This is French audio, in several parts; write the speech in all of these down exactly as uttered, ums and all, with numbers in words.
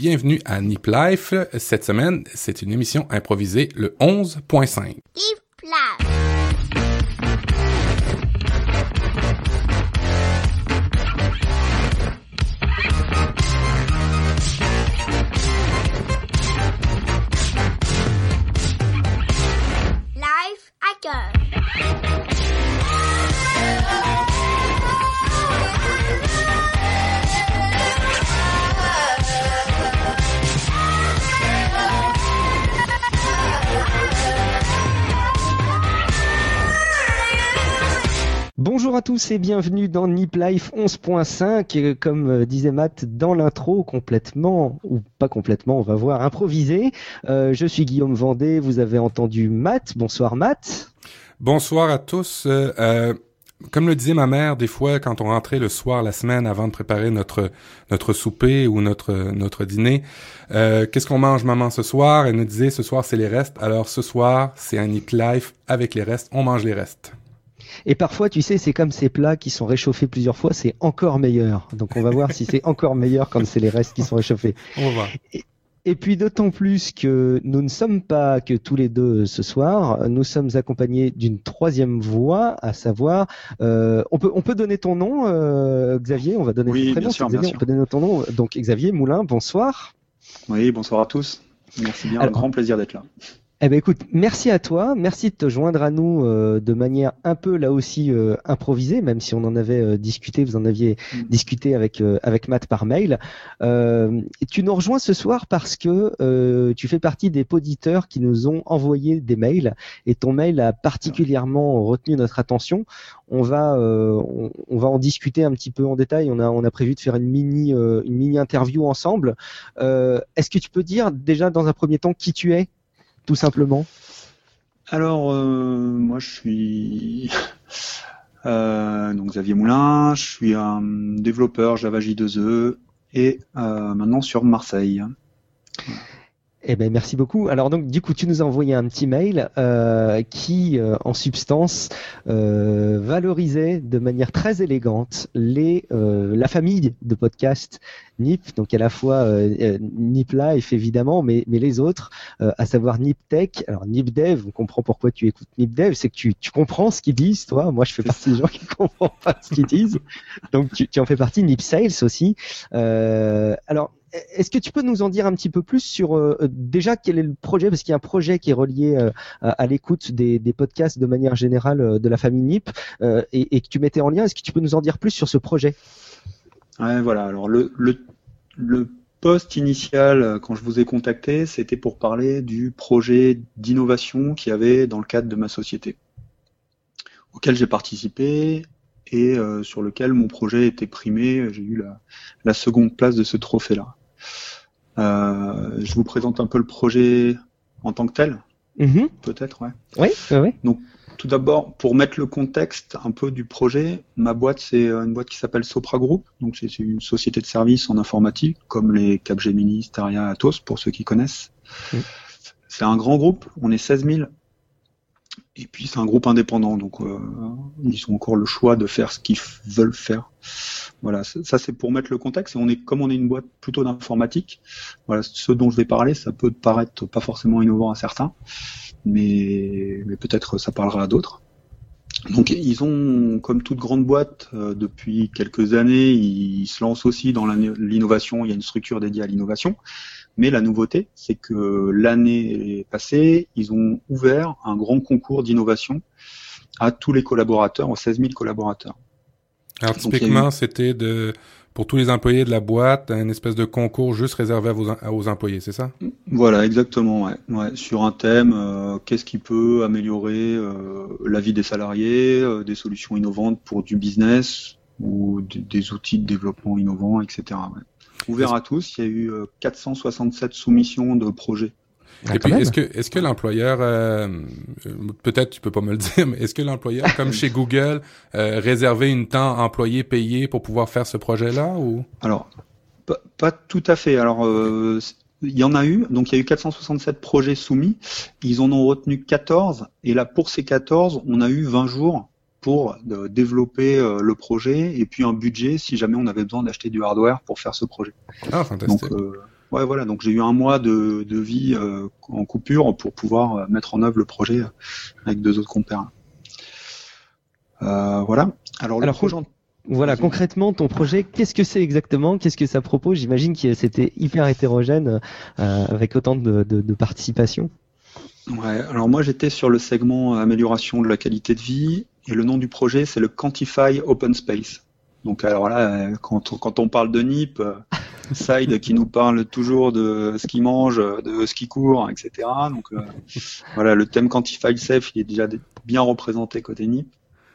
bienvenue à Nip Life. Cette semaine, c'est une émission improvisée, le onze point cinq. Nip Life. Life Hacker. Bonjour à tous et bienvenue dans Nip Life onze point cinq, comme euh, disait Matt dans l'intro, complètement, ou pas complètement, on va voir, improvisé. Euh, je suis Guillaume Vendée, vous avez entendu Matt. Bonsoir Matt. Bonsoir à tous. Euh, euh, comme le disait ma mère, des fois, quand on rentrait le soir, la semaine, avant de préparer notre notre souper ou notre notre dîner, euh, qu'est-ce qu'on mange, maman, ce soir? Elle nous disait, ce soir, c'est les restes. Alors, ce soir, c'est un Nip Life avec les restes. On mange les restes. Et parfois, tu sais, c'est comme ces plats qui sont réchauffés plusieurs fois, c'est encore meilleur. Donc, on va voir si c'est encore meilleur quand c'est les restes qui sont réchauffés. On va. Et, et puis, d'autant plus que nous ne sommes pas que tous les deux ce soir. Nous sommes accompagnés d'une troisième voix, à savoir, euh, on peut, on peut donner ton nom, euh, Xavier. On va donner oui, ton prénom. bien sûr, Xavier, bien on sûr. peut donner ton nom. Donc, Xavier Moulin, bonsoir. Oui, bonsoir à tous. Merci bien, Alors, un grand plaisir d'être là. Eh ben écoute, merci à toi, merci de te joindre à nous euh, de manière un peu là aussi euh, improvisée, même si on en avait euh, discuté, vous en aviez mmh. discuté avec euh, avec Matt par mail. Euh, et tu nous rejoins ce soir parce que euh, tu fais partie des auditeurs qui nous ont envoyé des mails et ton mail a particulièrement retenu notre attention. On va euh, on, on va en discuter un petit peu en détail. On a on a prévu de faire une mini euh, une mini interview ensemble. Euh, est-ce que tu peux dire déjà dans un premier temps qui tu es? Tout simplement. Alors, euh, moi, je suis euh, donc Xavier Moulin. Je suis un développeur Java J deux E et euh, maintenant sur Marseille. Voilà. Eh ben merci beaucoup. Alors donc du coup tu nous as envoyé un petit mail euh, qui euh, en substance euh, valorisait de manière très élégante les euh, la famille de podcasts Nip, donc à la fois euh, Nip Life évidemment, mais mais les autres, euh, à savoir Nip Tech. Alors Nip Dev, on comprend pourquoi tu écoutes Nip Dev, c'est que tu tu comprends ce qu'ils disent, toi. Moi je fais partie des gens qui comprennent pas ce qu'ils disent. Donc tu tu en fais partie. Nip Sales aussi. Euh, alors est-ce que tu peux nous en dire un petit peu plus sur euh, déjà quel est le projet, parce qu'il y a un projet qui est relié euh, à, à l'écoute des, des podcasts de manière générale euh, de la famille Nip euh, et, et que tu mettais en lien. Est-ce que tu peux nous en dire plus sur ce projet? Ouais, voilà. Alors le le le post initial quand je vous ai contacté, c'était pour parler du projet d'innovation qu'il y avait dans le cadre de ma société, auquel j'ai participé. Et euh, sur lequel mon projet était primé, j'ai eu la, la seconde place de ce trophée-là. Euh, je vous présente un peu le projet en tant que tel, mmh. peut-être, ouais. Oui, oui, oui. Donc, tout d'abord, pour mettre le contexte un peu du projet, ma boîte, c'est une boîte qui s'appelle Sopra Group, donc c'est une société de services en informatique, comme les Capgemini, Staria, Atos, pour ceux qui connaissent. Mmh. C'est un grand groupe, on est seize mille. Et puis c'est un groupe indépendant, donc euh, ils ont encore le choix de faire ce qu'ils veulent faire. Voilà, ça c'est pour mettre le contexte. Et on est, comme on est une boîte plutôt d'informatique, voilà, ce dont je vais parler, ça peut paraître pas forcément innovant à certains, mais, mais peut-être ça parlera à d'autres. Donc ils ont, comme toute grande boîte, euh, depuis quelques années, ils se lancent aussi dans l'innovation. Il y a une structure dédiée à l'innovation. Mais la nouveauté, c'est que l'année passée, ils ont ouvert un grand concours d'innovation à tous les collaborateurs, aux seize mille collaborateurs. Alors typiquement, eu... c'était de pour tous les employés de la boîte, un espèce de concours juste réservé à vos, aux employés, c'est ça? Voilà, exactement, ouais. ouais. Sur un thème, euh, qu'est-ce qui peut améliorer euh, la vie des salariés, euh, des solutions innovantes pour du business ou d- des outils de développement innovants, et cetera. Ouais. Ouvert à tous, il y a eu quatre cent soixante-sept soumissions de projets. Et puis, est-ce que, est-ce que l'employeur, euh, peut-être tu peux pas me le dire, mais est-ce que l'employeur, comme chez Google, euh, réservait une temps employé payé pour pouvoir faire ce projet-là ou? Alors, pas, pas tout à fait. Alors, euh, il y en a eu. Donc, il y a eu quatre cent soixante-sept projets soumis. Ils en ont retenu quatorze. Et là, pour ces quatorze, on a eu vingt jours pour de développer euh, le projet et puis un budget si jamais on avait besoin d'acheter du hardware pour faire ce projet. Ah, fantastique. Donc, euh, ouais, voilà. Donc j'ai eu un mois de, de vie euh, en coupure pour pouvoir euh, mettre en œuvre le projet euh, avec deux autres compères. Euh, voilà. Alors, le Alors, projet. con- voilà, concrètement, ton projet, qu'est-ce que c'est exactement? Qu'est-ce que ça propose? J'imagine que c'était hyper hétérogène euh, avec autant de, de, de participation. Ouais. Alors moi, j'étais sur le segment amélioration de la qualité de vie et le nom du projet, c'est le Quantify Open Space. Donc alors là, euh, quand on, quand on parle de N I P, euh, Side qui nous parle toujours de ce qu'il mange, de ce qu'il court, et cetera. Donc euh, voilà, le thème Quantify Safe, il est déjà bien représenté côté N I P.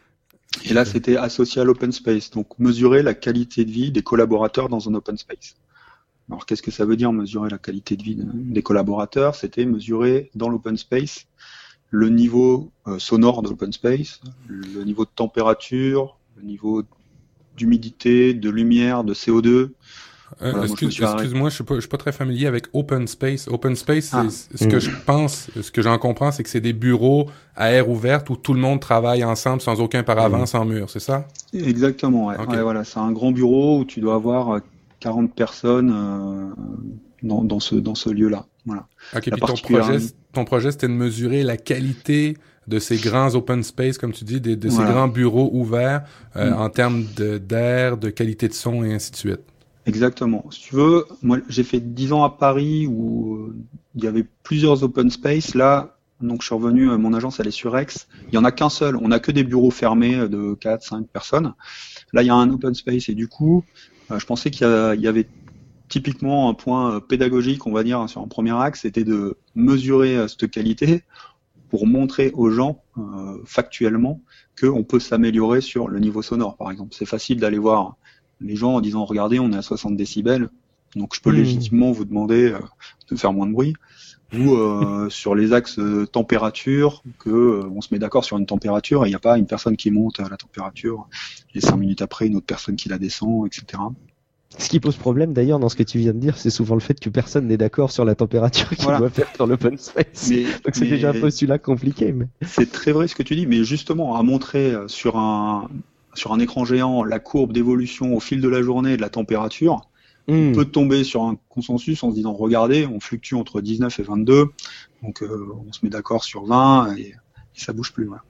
Et là, c'était associé à l'open space, donc mesurer la qualité de vie des collaborateurs dans un open space. Alors, qu'est-ce que ça veut dire mesurer la qualité de vie des collaborateurs? C'était mesurer dans l'open space le niveau euh, sonore de l'open space, le niveau de température, le niveau d'humidité, de lumière, de C O deux. Euh, Voilà, excuse, moi, je excuse-moi, je suis pas, je suis pas très familier avec open space. Open space, Ah. c'est, ce que je pense, ce que j'en comprends, c'est que c'est des bureaux à air ouverte où tout le monde travaille ensemble sans aucun paravent, sans mur, c'est ça? Exactement, ouais. Ok. Ouais, voilà, c'est un grand bureau où tu dois avoir quarante personnes euh, dans, dans ce dans ce lieu-là. Voilà. Ok, La puis ton particularité- projet, ton projet, c'était de mesurer la qualité de ces grands open space, comme tu dis, de, de ces Voilà. grands bureaux ouverts euh, Mm. en termes de, d'air, de qualité de son et ainsi de suite. Exactement. Si tu veux, moi j'ai fait dix ans à Paris où euh, il y avait plusieurs open space. Là, donc je suis revenu, euh, mon agence elle est sur Aix. Il y en a qu'un seul. On n'a que des bureaux fermés euh, de quatre, cinq personnes. Là, il y a un open space et du coup, euh, je pensais qu'il y, a- il y avait typiquement un point euh, pédagogique, on va dire, sur un premier axe, c'était de mesurer euh, cette qualité pour montrer aux gens euh, factuellement qu'on peut s'améliorer sur le niveau sonore, par exemple. C'est facile d'aller voir les gens en disant regardez, on est à soixante décibels, donc je peux Mmh. légitimement vous demander euh, de faire moins de bruit. Ou euh, sur les axes euh, température, que euh, on se met d'accord sur une température et il n'y a pas une personne qui monte à la température et cinq minutes après une autre personne qui la descend, et cetera. Ce qui pose problème d'ailleurs dans ce que tu viens de dire, c'est souvent le fait que personne n'est d'accord sur la température qu'il Voilà. doit faire sur l'open space. Mais, Donc c'est mais déjà un postulat compliqué. Mais... c'est très vrai ce que tu dis, mais justement à montrer euh, sur un sur un écran géant la courbe d'évolution au fil de la journée de la température, Mmh. on peut tomber sur un consensus en se disant regardez, on fluctue entre dix-neuf et vingt-deux, donc euh, on se met d'accord sur vingt et, et ça bouge plus. Voilà.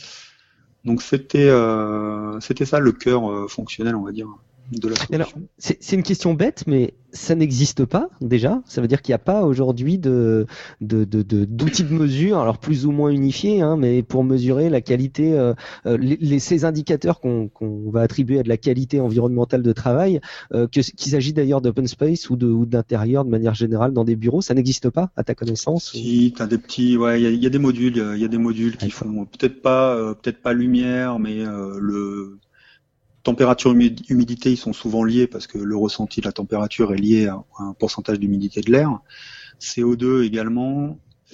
Donc c'était euh, c'était ça le cœur euh, fonctionnel, on va dire, de la solution. Alors, c'est, c'est une question bête, mais ça n'existe pas déjà. Ça veut dire qu'il n'y a pas aujourd'hui de, de, de, de- d'outils de mesure, alors plus ou moins unifiés, hein, mais pour mesurer la qualité, euh, euh, les, les- ces indicateurs qu'on, qu'on va attribuer à de la qualité environnementale de travail, euh, que, qu'il s'agit d'ailleurs d'open space ou, de, ou d'intérieur de manière générale dans des bureaux, ça n'existe pas à ta connaissance ou- Si t'as des petits, ouais, il y a, il y a des modules, il y a des modules qui D'accord. font peut-être pas, euh, peut-être pas lumière, mais euh, le température, humid- humidité, ils sont souvent liés parce que le ressenti de la température est lié à, à un pourcentage d'humidité de l'air. C O deux également.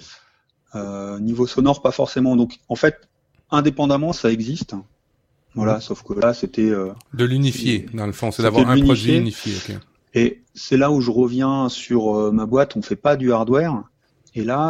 Euh, niveau sonore, pas forcément. Donc, en fait, indépendamment, ça existe. Voilà, sauf que là, c'était. euh, De l'unifier, dans le fond, c'est C'était d'avoir de un l'unifier. produit unifié. ok. Et c'est là où je reviens sur euh, ma boîte. On fait pas du hardware. Et là,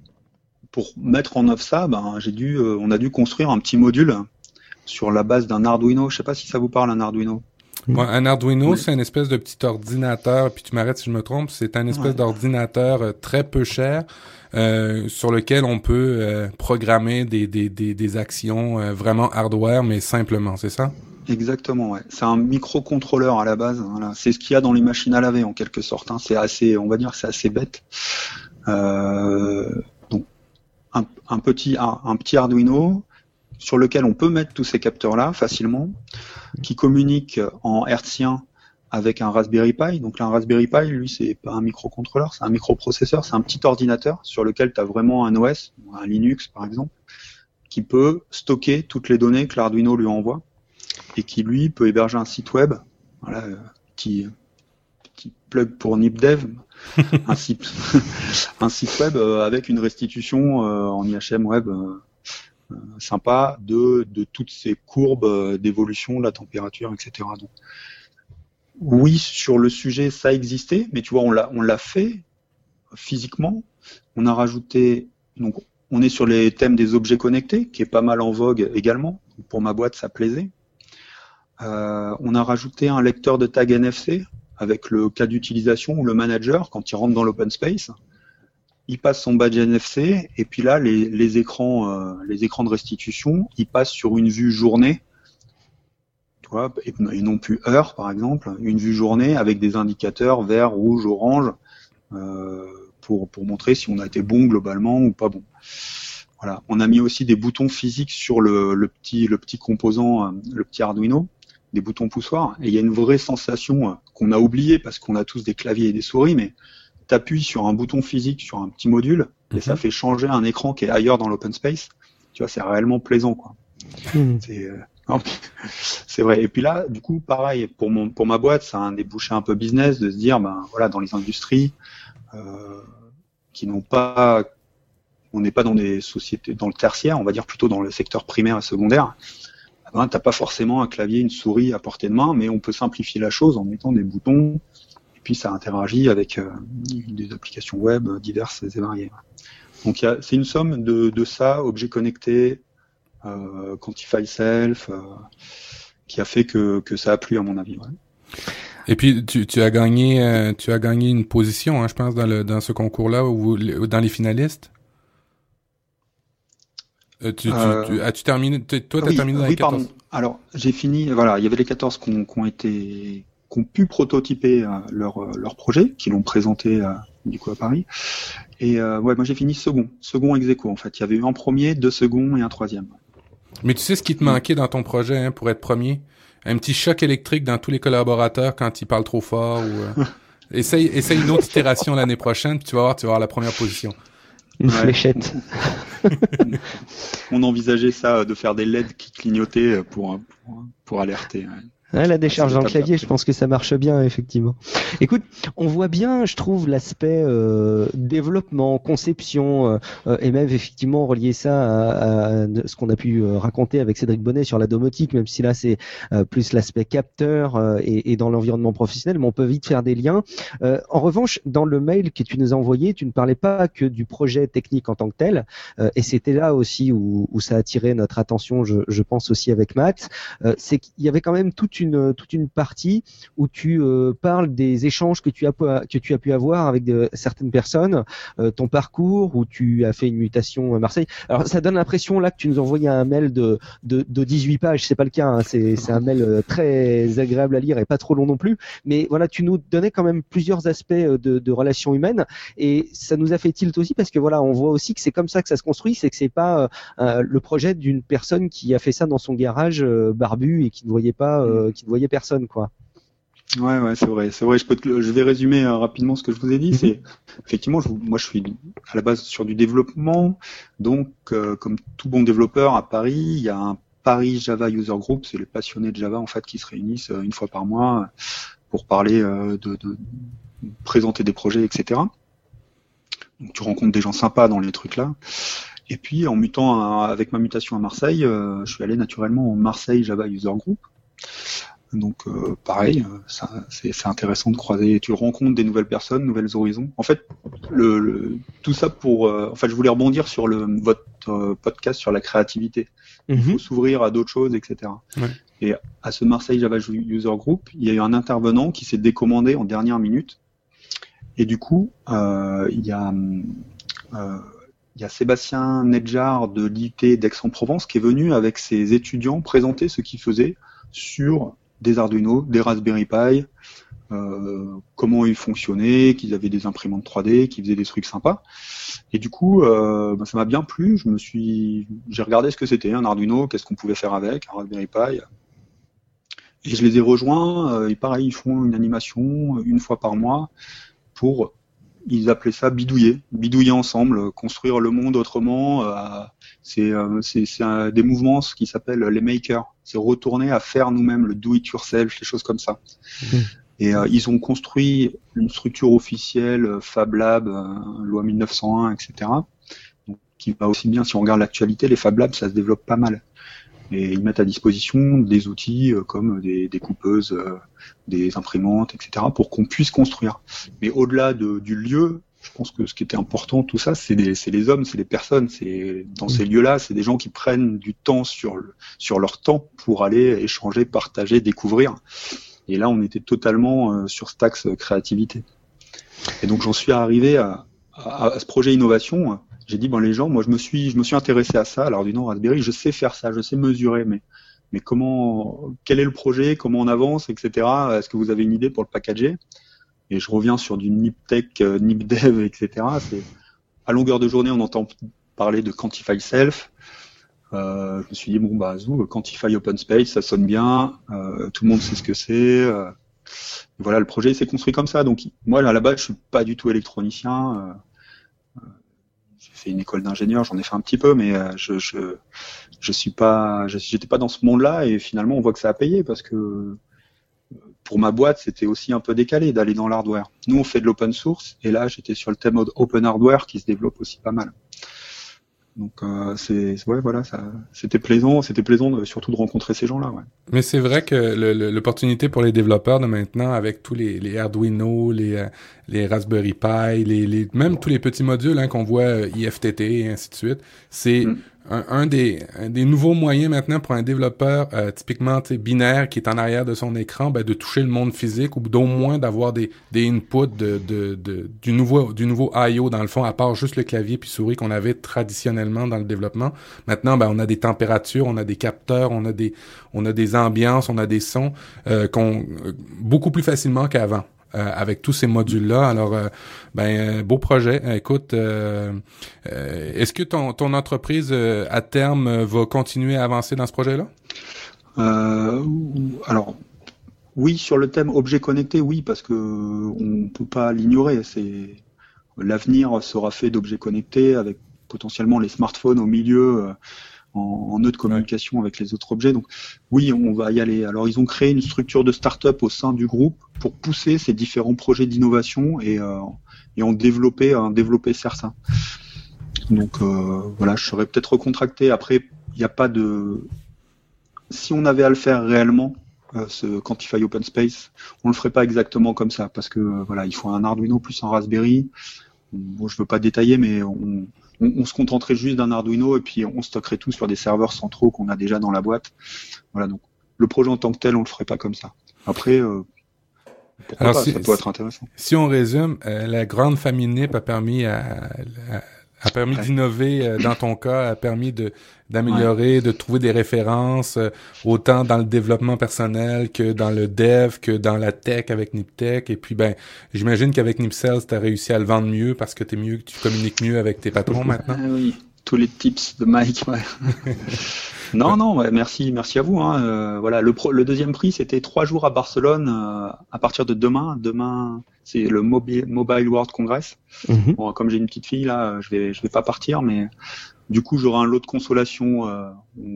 pour mettre en œuvre ça, ben, j'ai dû, euh, on a dû construire un petit module sur la base d'un Arduino. Je sais pas si ça vous parle, un Arduino. Moi, un Arduino, Oui. c'est une espèce de petit ordinateur, puis tu m'arrêtes si je me trompe, c'est un espèce Ouais. d'ordinateur euh, très peu cher euh, sur lequel on peut euh, programmer des, des, des, des actions euh, vraiment hardware, mais simplement, c'est ça? Exactement, ouais. C'est un microcontrôleur à la base. Voilà. C'est ce qu'il y a dans les machines à laver en quelque sorte. Hein. C'est assez, on va dire, que c'est assez bête. Euh, donc, un, un petit, un, un petit Arduino sur lequel on peut mettre tous ces capteurs-là facilement, qui communiquent en hertzien avec un Raspberry Pi. Donc là, un Raspberry Pi, lui, c'est pas un microcontrôleur, c'est un microprocesseur, c'est un petit ordinateur sur lequel tu as vraiment un O S, un Linux par exemple, qui peut stocker toutes les données que l'Arduino lui envoie et qui lui peut héberger un site web. Voilà, euh, petit, petit plug pour NipDev, un site, un site web euh, avec une restitution euh, en I H M web euh, euh, sympa de, de toutes ces courbes euh, d'évolution de la température, et cetera. Donc, oui, sur le sujet, ça existait, mais tu vois, on l'a, on l'a fait physiquement. On a rajouté, donc, on est sur les thèmes des objets connectés, qui est pas mal en vogue également. Pour ma boîte, ça plaisait. Euh, on a rajouté un lecteur de tag N F C avec le cas d'utilisation où le manager, quand il rentre dans l'open space, il passe son badge N F C et puis là, les, les écrans, euh, les écrans de restitution, ils passent sur une vue journée, tu vois, et, et non plus heure par exemple, une vue journée avec des indicateurs vert, rouge, orange, euh, pour pour montrer si on a été bon globalement ou pas bon. Voilà. On a mis aussi des boutons physiques sur le, le petit le petit composant, le petit Arduino, des boutons poussoirs, et il y a une vraie sensation qu'on a oubliée parce qu'on a tous des claviers et des souris, mais t'appuies sur un bouton physique sur un petit module et mmh. ça fait changer un écran qui est ailleurs dans l'open space. Tu vois, c'est réellement plaisant, quoi. Mmh. C'est, euh, non, c'est vrai. Et puis là, du coup, pareil pour mon pour ma boîte, ça a un débouché un peu business de se dire, ben voilà, dans les industries euh, qui n'ont pas, on n'est pas dans des sociétés, dans le tertiaire, on va dire plutôt dans le secteur primaire et secondaire. Ben, t'as pas forcément un clavier, une souris à portée de main, mais on peut simplifier la chose en mettant des boutons. Et puis ça interagit avec euh, des applications web diverses et variées. Donc y a, c'est une somme de, de ça, objets connectés, euh, Quantify Self, euh, qui a fait que, que ça a plu à mon avis. Ouais. Et puis tu, tu as gagné, euh, tu as gagné une position, hein, je pense, dans le dans ce concours-là ou dans les finalistes. Euh, tu, euh, tu, tu, as-tu terminé, toi, tu as oui, terminé dans oui, les quatorze. Pardon. Alors j'ai fini. Voilà, il y avait les quatorze qui ont, qui ont été qui ont pu prototyper euh, leur euh, leur projet, qui l'ont présenté euh, du coup à Paris. Et euh, ouais, moi j'ai fini second, second ex aequo en fait. Il y avait eu un premier, deux seconds et un troisième. Mais tu sais ce qui te manquait dans ton projet hein, pour être premier? Un petit choc électrique dans tous les collaborateurs quand ils parlent trop fort. Ou, euh... essaye, essaye une autre itération l'année prochaine, puis tu vas voir, tu vas avoir la première position. Une ouais. fléchette. On envisageait ça, de faire des L E D qui clignotaient pour pour, pour alerter. Ouais. Ouais, la décharge dans le clavier, je pense que ça marche bien, effectivement. Écoute, on voit bien, je trouve, l'aspect euh, développement, conception, euh, et même effectivement relier ça à, à ce qu'on a pu raconter avec Cédric Bonnet sur la domotique, même si là c'est euh, plus l'aspect capteur euh, et, et dans l'environnement professionnel, mais on peut vite faire des liens. Euh, en revanche, dans le mail que tu nous as envoyé, tu ne parlais pas que du projet technique en tant que tel, euh, et c'était là aussi où, où ça a attiré notre attention, je, je pense aussi avec Max, euh, c'est qu'il y avait quand même toute une toute une partie où tu euh, parles des échanges que tu as que tu as pu avoir avec de, certaines personnes, euh, ton parcours où tu as fait une mutation à Marseille. Alors ça donne l'impression là que tu nous envoyais un mail de de, de dix-huit pages, c'est pas le cas, hein. c'est c'est un mail très agréable à lire et pas trop long non plus. Mais voilà, tu nous donnais quand même plusieurs aspects de, de relations humaines et ça nous a fait tilt aussi parce que voilà, on voit aussi que c'est comme ça que ça se construit, c'est que c'est pas euh, le projet d'une personne qui a fait ça dans son garage euh, barbu et qui ne voyait pas euh, qui ne voyait personne, quoi. Ouais, ouais, c'est vrai, c'est vrai. Je peux, te, je vais résumer euh, rapidement ce que je vous ai dit. Mm-hmm. C'est effectivement, je, moi, je suis à la base sur du développement. Donc, euh, comme tout bon développeur à Paris, il y a un Paris Java User Group. C'est les passionnés de Java en fait qui se réunissent euh, une fois par mois pour parler euh, de, de présenter des projets, et cetera. Donc, tu rencontres des gens sympas dans les trucs là. Et puis, en mutant à, avec ma mutation à Marseille, euh, je suis allé naturellement au Marseille Java User Group. Donc euh, pareil, ça, c'est, c'est intéressant de croiser. Tu rencontres des nouvelles personnes, nouvelles horizons. En fait, le, le tout ça pour. Euh, en fait, je voulais rebondir sur le votre euh, podcast sur la créativité. Mm-hmm. Il faut s'ouvrir à d'autres choses, et cetera. Ouais. Et à ce Marseille Java User Group, il y a eu un intervenant qui s'est décommandé en dernière minute. Et du coup, euh, il y a euh, il y a Sébastien Nedjar de l'I T d'Aix-en-Provence qui est venu avec ses étudiants présenter ce qu'il faisait sur des Arduino, des Raspberry Pi, euh, comment ils fonctionnaient, qu'ils avaient des imprimantes trois D, qu'ils faisaient des trucs sympas. Et du coup, euh, ben, ça m'a bien plu. Je me suis, j'ai regardé ce que c'était un Arduino, qu'est-ce qu'on pouvait faire avec, un Raspberry Pi. Et je les ai rejoints. Euh, et pareil, ils font une animation une fois par mois pour, ils appelaient ça bidouiller, bidouiller ensemble, construire le monde autrement. Euh, c'est, euh, c'est, c'est un, des mouvements qui s'appellent les makers. C'est retourner à faire nous-mêmes le do-it-yourself, les choses comme ça. Mmh. Et euh, ils ont construit une structure officielle, Fab Lab, euh, loi mille neuf cent un, et cetera. Donc, qui va aussi bien, si on regarde l'actualité, les Fab Labs, ça se développe pas mal. Et ils mettent à disposition des outils euh, comme des, des coupeuses, euh, des imprimantes, et cetera, pour qu'on puisse construire. Mais au-delà de, du lieu, je pense que ce qui était important, tout ça, c'est, des, c'est les hommes, c'est les personnes. C'est dans ces lieux-là, c'est des gens qui prennent du temps sur le, sur leur temps pour aller échanger, partager, découvrir. Et là, on était totalement euh, sur cet axe créativité. Et donc, j'en suis arrivé à, à, à ce projet innovation. J'ai dit, bon, les gens, moi, je me suis, je me suis intéressé à ça, à l'Arduino Raspberry. Je sais faire ça, je sais mesurer, mais, mais comment, quel est le projet, comment on avance, et cetera. Est-ce que vous avez une idée pour le packager? Et je reviens sur du NipTech, euh, NipDev, et cetera. C'est, à longueur de journée, on entend parler de Quantify Self. Euh, je me suis dit, bon, bah, zou, Quantify Open Space, ça sonne bien, euh, tout le monde sait ce que c'est. Euh, voilà, le projet s'est construit comme ça. Donc, moi, à la base, je suis pas du tout électronicien. Euh, euh, j'ai fait une école d'ingénieur, j'en ai fait un petit peu, mais euh, je, je, je suis pas, je, j'étais pas dans ce monde-là. Et finalement, on voit que ça a payé parce que pour ma boîte, c'était aussi un peu décalé d'aller dans l'hardware. Nous, on fait de l'open source, et là, j'étais sur le thème open hardware qui se développe aussi pas mal. Donc euh, c'est ouais voilà ça c'était plaisant c'était plaisant de, surtout de rencontrer ces gens-là ouais. Mais c'est vrai que le, le, l'opportunité pour les développeurs de maintenant avec tous les, les Arduino, les les Raspberry Pi, les, les même tous les petits modules hein, qu'on voit I F T T et ainsi de suite, c'est mm. un, un des un des nouveaux moyens maintenant pour un développeur euh, typiquement binaire qui est en arrière de son écran ben, de toucher le monde physique ou d'au moins d'avoir des des inputs de de, de du nouveau du nouveau I O dans le fond à part juste le clavier puis souris qu'on avait traditionnellement dans le développement. Maintenant ben on a des températures, on a des capteurs, on a des on a des ambiances, on a des sons euh, qu'on euh, beaucoup plus facilement qu'avant. Euh, avec tous ces modules-là. Alors, euh, ben, beau projet. Écoute, euh, euh, est-ce que ton, ton entreprise, euh, à terme, euh, va continuer à avancer dans ce projet-là? Euh, alors, oui, sur le thème objet connecté, oui, parce que on peut pas l'ignorer. C'est l'avenir sera fait d'objets connectés avec potentiellement les smartphones au milieu. Euh, en, en nœud de communication ouais. avec les autres objets. Donc oui, on va y aller. Alors ils ont créé une structure de start-up au sein du groupe pour pousser ces différents projets d'innovation et, euh, et en développer, en développer certains. Donc euh, voilà, je serais peut-être recontracté. Après, il n'y a pas de... Si on avait à le faire réellement, euh, ce Quantify Open Space, on le ferait pas exactement comme ça parce que euh, voilà, il faut un Arduino plus un Raspberry. Bon, je veux pas détailler, mais on On, on se contenterait juste d'un Arduino et puis on stockerait tout sur des serveurs centraux qu'on a déjà dans la boîte. Voilà, donc le projet en tant que tel, on le ferait pas comme ça. Après, euh, pourquoi Alors, pas, si, ça peut être intéressant. Si on résume, euh, la grande famille Nip a permis à, à a permis ouais. d'innover euh, dans ton cas, a permis de d'améliorer, ouais. de trouver des références euh, autant dans le développement personnel que dans le dev, que dans la tech avec NipTech. Et puis ben, j'imagine qu'avec NipSales, tu as réussi à le vendre mieux parce que t'es mieux, tu communiques mieux avec tes patrons maintenant. Ah oui, tous les tips de Mike. Ouais. non, non, ouais, merci, merci à vous. Hein. Euh, voilà, le, pro, le deuxième prix, c'était trois jours à Barcelone euh, à partir de demain. Demain, c'est le Mobile, Mobile World Congress. Mm-hmm. Bon, comme j'ai une petite fille là, je vais, je vais pas partir, mais du coup, j'aurai un lot de consolation, euh,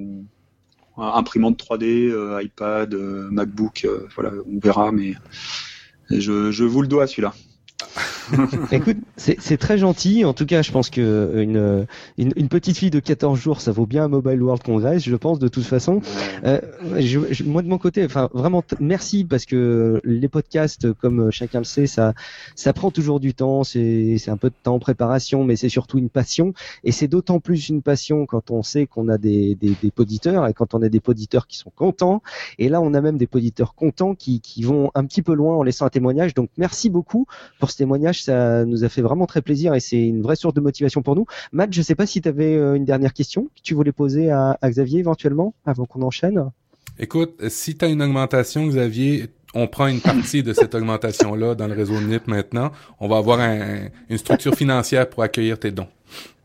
imprimante trois D, euh, iPad, euh, MacBook, euh, voilà, on verra, mais je, je vous le dois celui-là. Écoute, c'est, c'est très gentil. En tout cas, je pense que une, une, une petite fille de quatorze jours, ça vaut bien un Mobile World Congress, je pense, de toute façon. Euh, je, je, moi, de mon côté, enfin, vraiment, t- merci parce que les podcasts, comme chacun le sait, ça, ça prend toujours du temps. C'est, c'est un peu de temps en préparation, mais c'est surtout une passion. Et c'est d'autant plus une passion quand on sait qu'on a des, des, des poditeurs et quand on a des poditeurs qui sont contents. Et là, on a même des poditeurs contents qui, qui vont un petit peu loin en laissant un témoignage. Donc, merci beaucoup pour ce témoignage, ça nous a fait vraiment très plaisir et c'est une vraie source de motivation pour nous. Matt, je ne sais pas si tu avais une dernière question que tu voulais poser à, à Xavier éventuellement, avant qu'on enchaîne. Écoute, si tu as une augmentation, Xavier, on prend une partie de cette augmentation-là dans le réseau N I P maintenant. On va avoir un, une structure financière pour accueillir tes dons.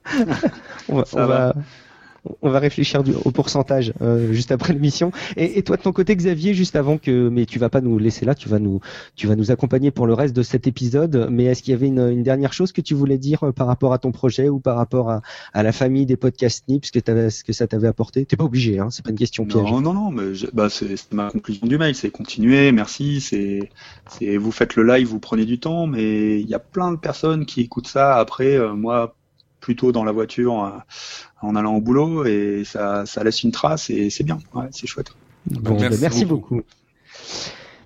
on va... On va... On va réfléchir du, au pourcentage euh, juste après l'émission. Et, et toi de ton côté, Xavier, juste avant que, mais tu vas pas nous laisser là, tu vas nous, tu vas nous accompagner pour le reste de cet épisode. Mais est-ce qu'il y avait une, une dernière chose que tu voulais dire euh, par rapport à ton projet ou par rapport à, à la famille des podcasts N I P, ce que t'avais, ce que ça t'avait apporté? T'es pas obligé, hein, c'est pas une question piège. Non, non, non, mais je, bah c'est, c'est ma conclusion du mail, c'est continuer, merci, c'est, c'est vous faites le live, vous prenez du temps, mais il y a plein de personnes qui écoutent ça après, euh, moi. Plutôt dans la voiture euh, en allant au boulot et ça, ça laisse une trace et c'est bien, ouais, c'est chouette. Bon, merci, merci beaucoup. beaucoup.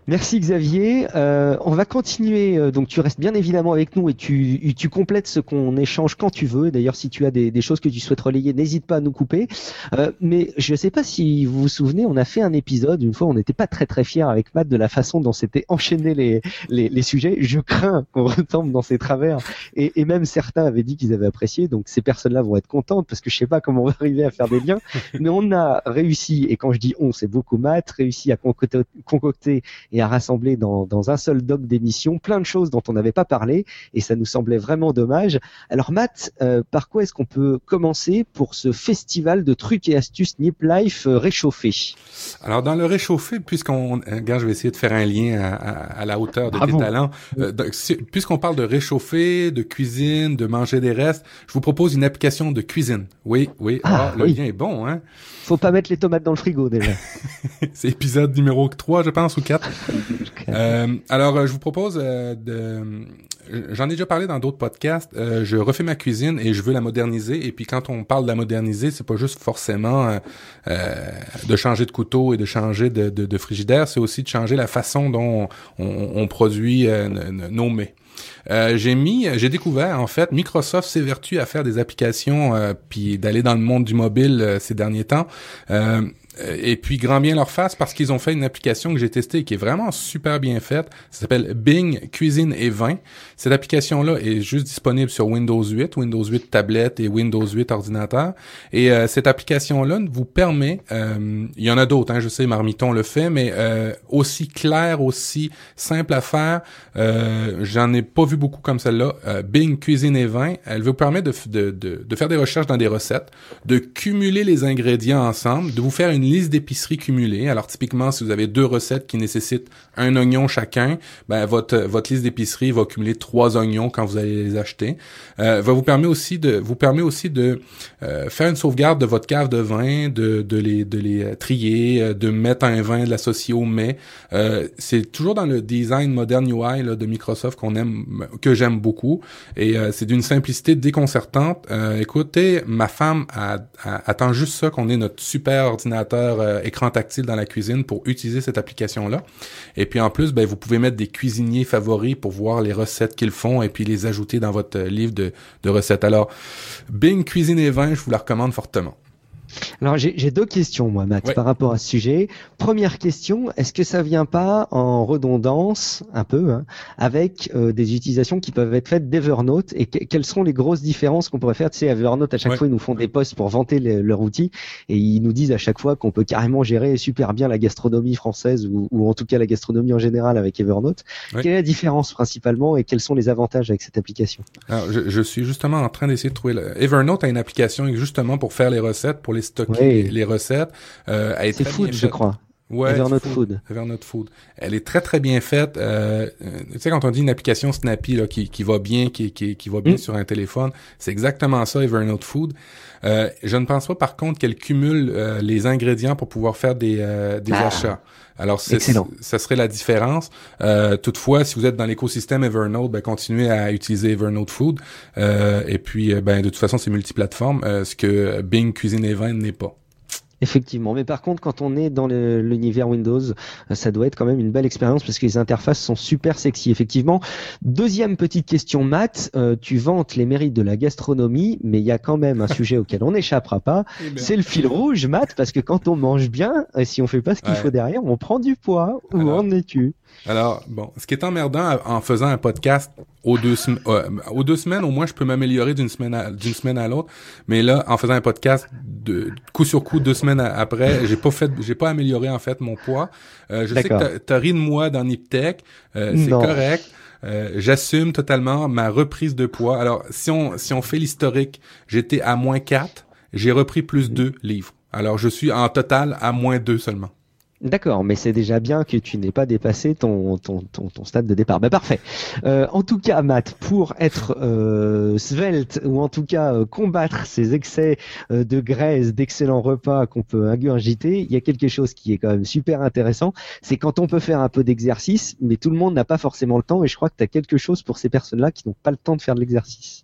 Merci Xavier. Euh, on va continuer. Euh, donc tu restes bien évidemment avec nous et tu, tu complètes ce qu'on échange quand tu veux. D'ailleurs, si tu as des, des choses que tu souhaites relayer, n'hésite pas à nous couper. Euh, mais je ne sais pas si vous vous souvenez, on a fait un épisode une fois. On n'était pas très très fiers avec Matt de la façon dont s'étaient enchaînés les, les, les sujets. Je crains qu'on retombe dans ces travers. Et, et même certains avaient dit qu'ils avaient apprécié. Donc ces personnes-là vont être contentes parce que je ne sais pas comment on va arriver à faire des liens. Mais on a réussi. Et quand je dis on, c'est beaucoup Matt réussi à concocter, concocter et à rassembler dans, dans un seul doc d'émission plein de choses dont on n'avait pas parlé et ça nous semblait vraiment dommage. Alors Matt, euh, par quoi est-ce qu'on peut commencer pour ce festival de trucs et astuces Nip Life euh, réchauffé? Alors dans le réchauffé, puisqu'on, regarde, je vais essayer de faire un lien à, à, à la hauteur de Bravo. tes talents. Euh, donc, si, puisqu'on parle de réchauffer, de cuisine, de manger des restes, je vous propose une application de cuisine. Oui, oui, Ah, ah, le oui. lien est bon, hein. Faut pas mettre les tomates dans le frigo déjà. C'est épisode numéro trois, je pense, ou quatre. Euh, alors, je vous propose euh, de... J'en ai déjà parlé dans d'autres podcasts. Euh, je refais ma cuisine et je veux la moderniser. Et puis, quand on parle de la moderniser, c'est pas juste forcément euh, euh, de changer de couteau et de changer de, de, de frigidaire. C'est aussi de changer la façon dont on, on, on produit euh, nos mets. Euh, j'ai mis, j'ai découvert en fait, Microsoft s'évertue à faire des applications euh, puis d'aller dans le monde du mobile euh, ces derniers temps. Euh, Et puis, grand bien leur face parce qu'ils ont fait une application que j'ai testée et qui est vraiment super bien faite. Ça s'appelle Bing Cuisine et Vin. Cette application-là est juste disponible sur Windows huit, Windows huit tablette et Windows huit ordinateur. Et euh, cette application-là vous permet, euh, il y en a d'autres, hein, je sais, Marmiton le fait, mais euh, aussi clair, aussi simple à faire. Euh, j'en ai pas vu beaucoup comme celle-là. Euh, Bing Cuisine et Vin, elle vous permet de, de, de, de faire des recherches dans des recettes, de cumuler les ingrédients ensemble, de vous faire une liste d'épicerie cumulée. Alors typiquement, si vous avez deux recettes qui nécessitent un oignon chacun, ben votre votre liste d'épicerie va cumuler trois oignons quand vous allez les acheter. Euh, va vous permet aussi de vous permet aussi de euh, faire une sauvegarde de votre cave de vin, de de les de les trier, de mettre un vin, de l'associer au mets. Euh, c'est toujours dans le design moderne U I là, de Microsoft qu'on aime, que j'aime beaucoup, et euh, c'est d'une simplicité déconcertante. Euh, écoutez, ma femme a, a, attend juste ça qu'on ait notre super ordinateur Euh, écran tactile dans la cuisine pour utiliser cette application-là. Et puis en plus, ben vous pouvez mettre des cuisiniers favoris pour voir les recettes qu'ils font et puis les ajouter dans votre euh, livre de, de recettes. Alors, Bing Cuisine et Vin, je vous la recommande fortement. Alors j'ai, j'ai deux questions moi Matt ouais. par rapport à ce sujet. Première question, est-ce que ça vient pas en redondance un peu hein, avec euh, des utilisations qui peuvent être faites d'Evernote et que, quelles sont les grosses différences qu'on pourrait faire? Tu sais, Evernote à chaque ouais. fois ils nous font des posts pour vanter les, leur outil et ils nous disent à chaque fois qu'on peut carrément gérer super bien la gastronomie française ou, ou en tout cas la gastronomie en général avec Evernote. Ouais. Quelle est la différence principalement et quels sont les avantages avec cette application? Alors, je, je suis justement en train d'essayer de trouver le... Evernote a une application justement pour faire les recettes, pour les stocker ouais. les, les recettes. Euh, elle est c'est Food, je crois. Ouais, Evernote Food. Food. Evernote Food. Elle est très très bien faite. Euh, tu sais, quand on dit une application Snappy là, qui, qui va bien, qui, qui, qui va bien mm. sur un téléphone, c'est exactement ça, Evernote Food. Euh, je ne pense pas par contre qu'elle cumule euh, les ingrédients pour pouvoir faire des, euh, des ah. achats. Alors, c'est, ça serait la différence. Euh, toutefois, si vous êtes dans l'écosystème Evernote, ben, continuez à utiliser Evernote Food. Euh, et puis, ben, de toute façon, c'est multiplateforme, euh, ce que Bing Cuisine et Vin n'est pas. Effectivement, mais par contre, quand on est dans le, l'univers Windows, ça doit être quand même une belle expérience parce que les interfaces sont super sexy, effectivement. Deuxième petite question, Matt, euh, tu vantes les mérites de la gastronomie, mais il y a quand même un sujet auquel on n'échappera pas, c'est le fil rouge, Matt, parce que quand on mange bien, et si on fait pas ce qu'il ouais. faut derrière, on prend du poids. Où alors, en es-tu? Alors, bon, ce qui est emmerdant en faisant un podcast aux deux, sem- euh, aux deux semaines, au moins, je peux m'améliorer d'une semaine à, d'une semaine à l'autre. Mais là, en faisant un podcast de coup sur coup, deux semaines à, après, j'ai pas fait, j'ai pas amélioré, en fait, mon poids. Euh, je D'accord. sais que t'as, t'as ri de moi dans Niptech. Euh, c'est non. correct. Euh, j'assume totalement ma reprise de poids. Alors, si on, si on fait l'historique, j'étais à moins quatre. J'ai repris plus deux livres. Alors, je suis en total à moins deux seulement. D'accord, mais c'est déjà bien que tu n'aies pas dépassé ton ton ton, ton stade de départ. Ben parfait. Euh, en tout cas, Matt, pour être euh, svelte ou en tout cas euh, combattre ces excès euh, de graisse, d'excellents repas qu'on peut ingurgiter, il y a quelque chose qui est quand même super intéressant. C'est quand on peut faire un peu d'exercice, mais tout le monde n'a pas forcément le temps. Et je crois que tu as quelque chose pour ces personnes-là qui n'ont pas le temps de faire de l'exercice.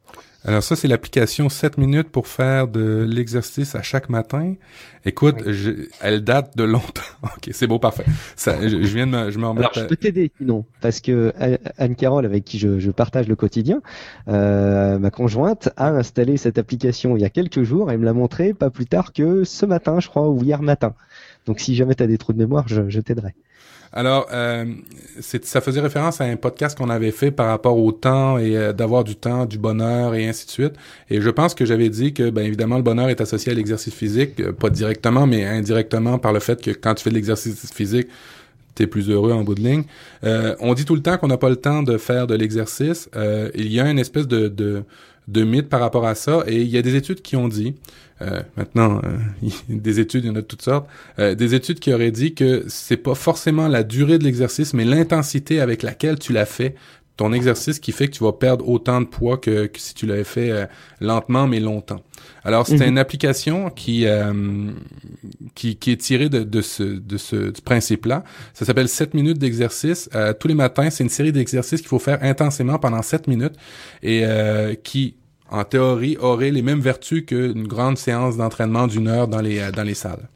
Alors ça, c'est l'application sept minutes pour faire de l'exercice à chaque matin. Écoute, oui. je, elle date de longtemps. OK, c'est beau, parfait. Ça, je, je viens de me, je me remettre... Alors, je peux t'aider sinon, parce que Anne-Carole, avec qui je, je partage le quotidien, euh, ma conjointe, a installé cette application il y a quelques jours et me l'a montré pas plus tard que ce matin, je crois, ou hier matin. Donc, si jamais tu as des trous de mémoire, je, je t'aiderai. Alors, euh, c'est, ça faisait référence à un podcast qu'on avait fait par rapport au temps et euh, d'avoir du temps, du bonheur et ainsi de suite. Et je pense que j'avais dit que, ben évidemment, le bonheur est associé à l'exercice physique, euh, pas directement, mais indirectement par le fait que quand tu fais de l'exercice physique, t'es plus heureux en bout de ligne. Euh, on dit tout le temps qu'on n'a pas le temps de faire de l'exercice. Euh, il y a une espèce de, de de mythe par rapport à ça, et il y a des études qui ont dit, euh, maintenant, euh, des études, il y en a de toutes sortes, euh, des études qui auraient dit que c'est pas forcément la durée de l'exercice, mais l'intensité avec laquelle tu l'as fait, ton exercice, qui fait que tu vas perdre autant de poids que, que si tu l'avais fait euh, lentement mais longtemps. Alors, c'est mm-hmm. une application qui, euh, qui qui est tirée de, de ce de ce du principe-là. Ça s'appelle sept minutes d'exercice. Euh, tous les matins, c'est une série d'exercices qu'il faut faire intensément pendant sept minutes et euh, qui, en théorie, aurait les mêmes vertus qu'une grande séance d'entraînement d'une heure dans les dans les salles.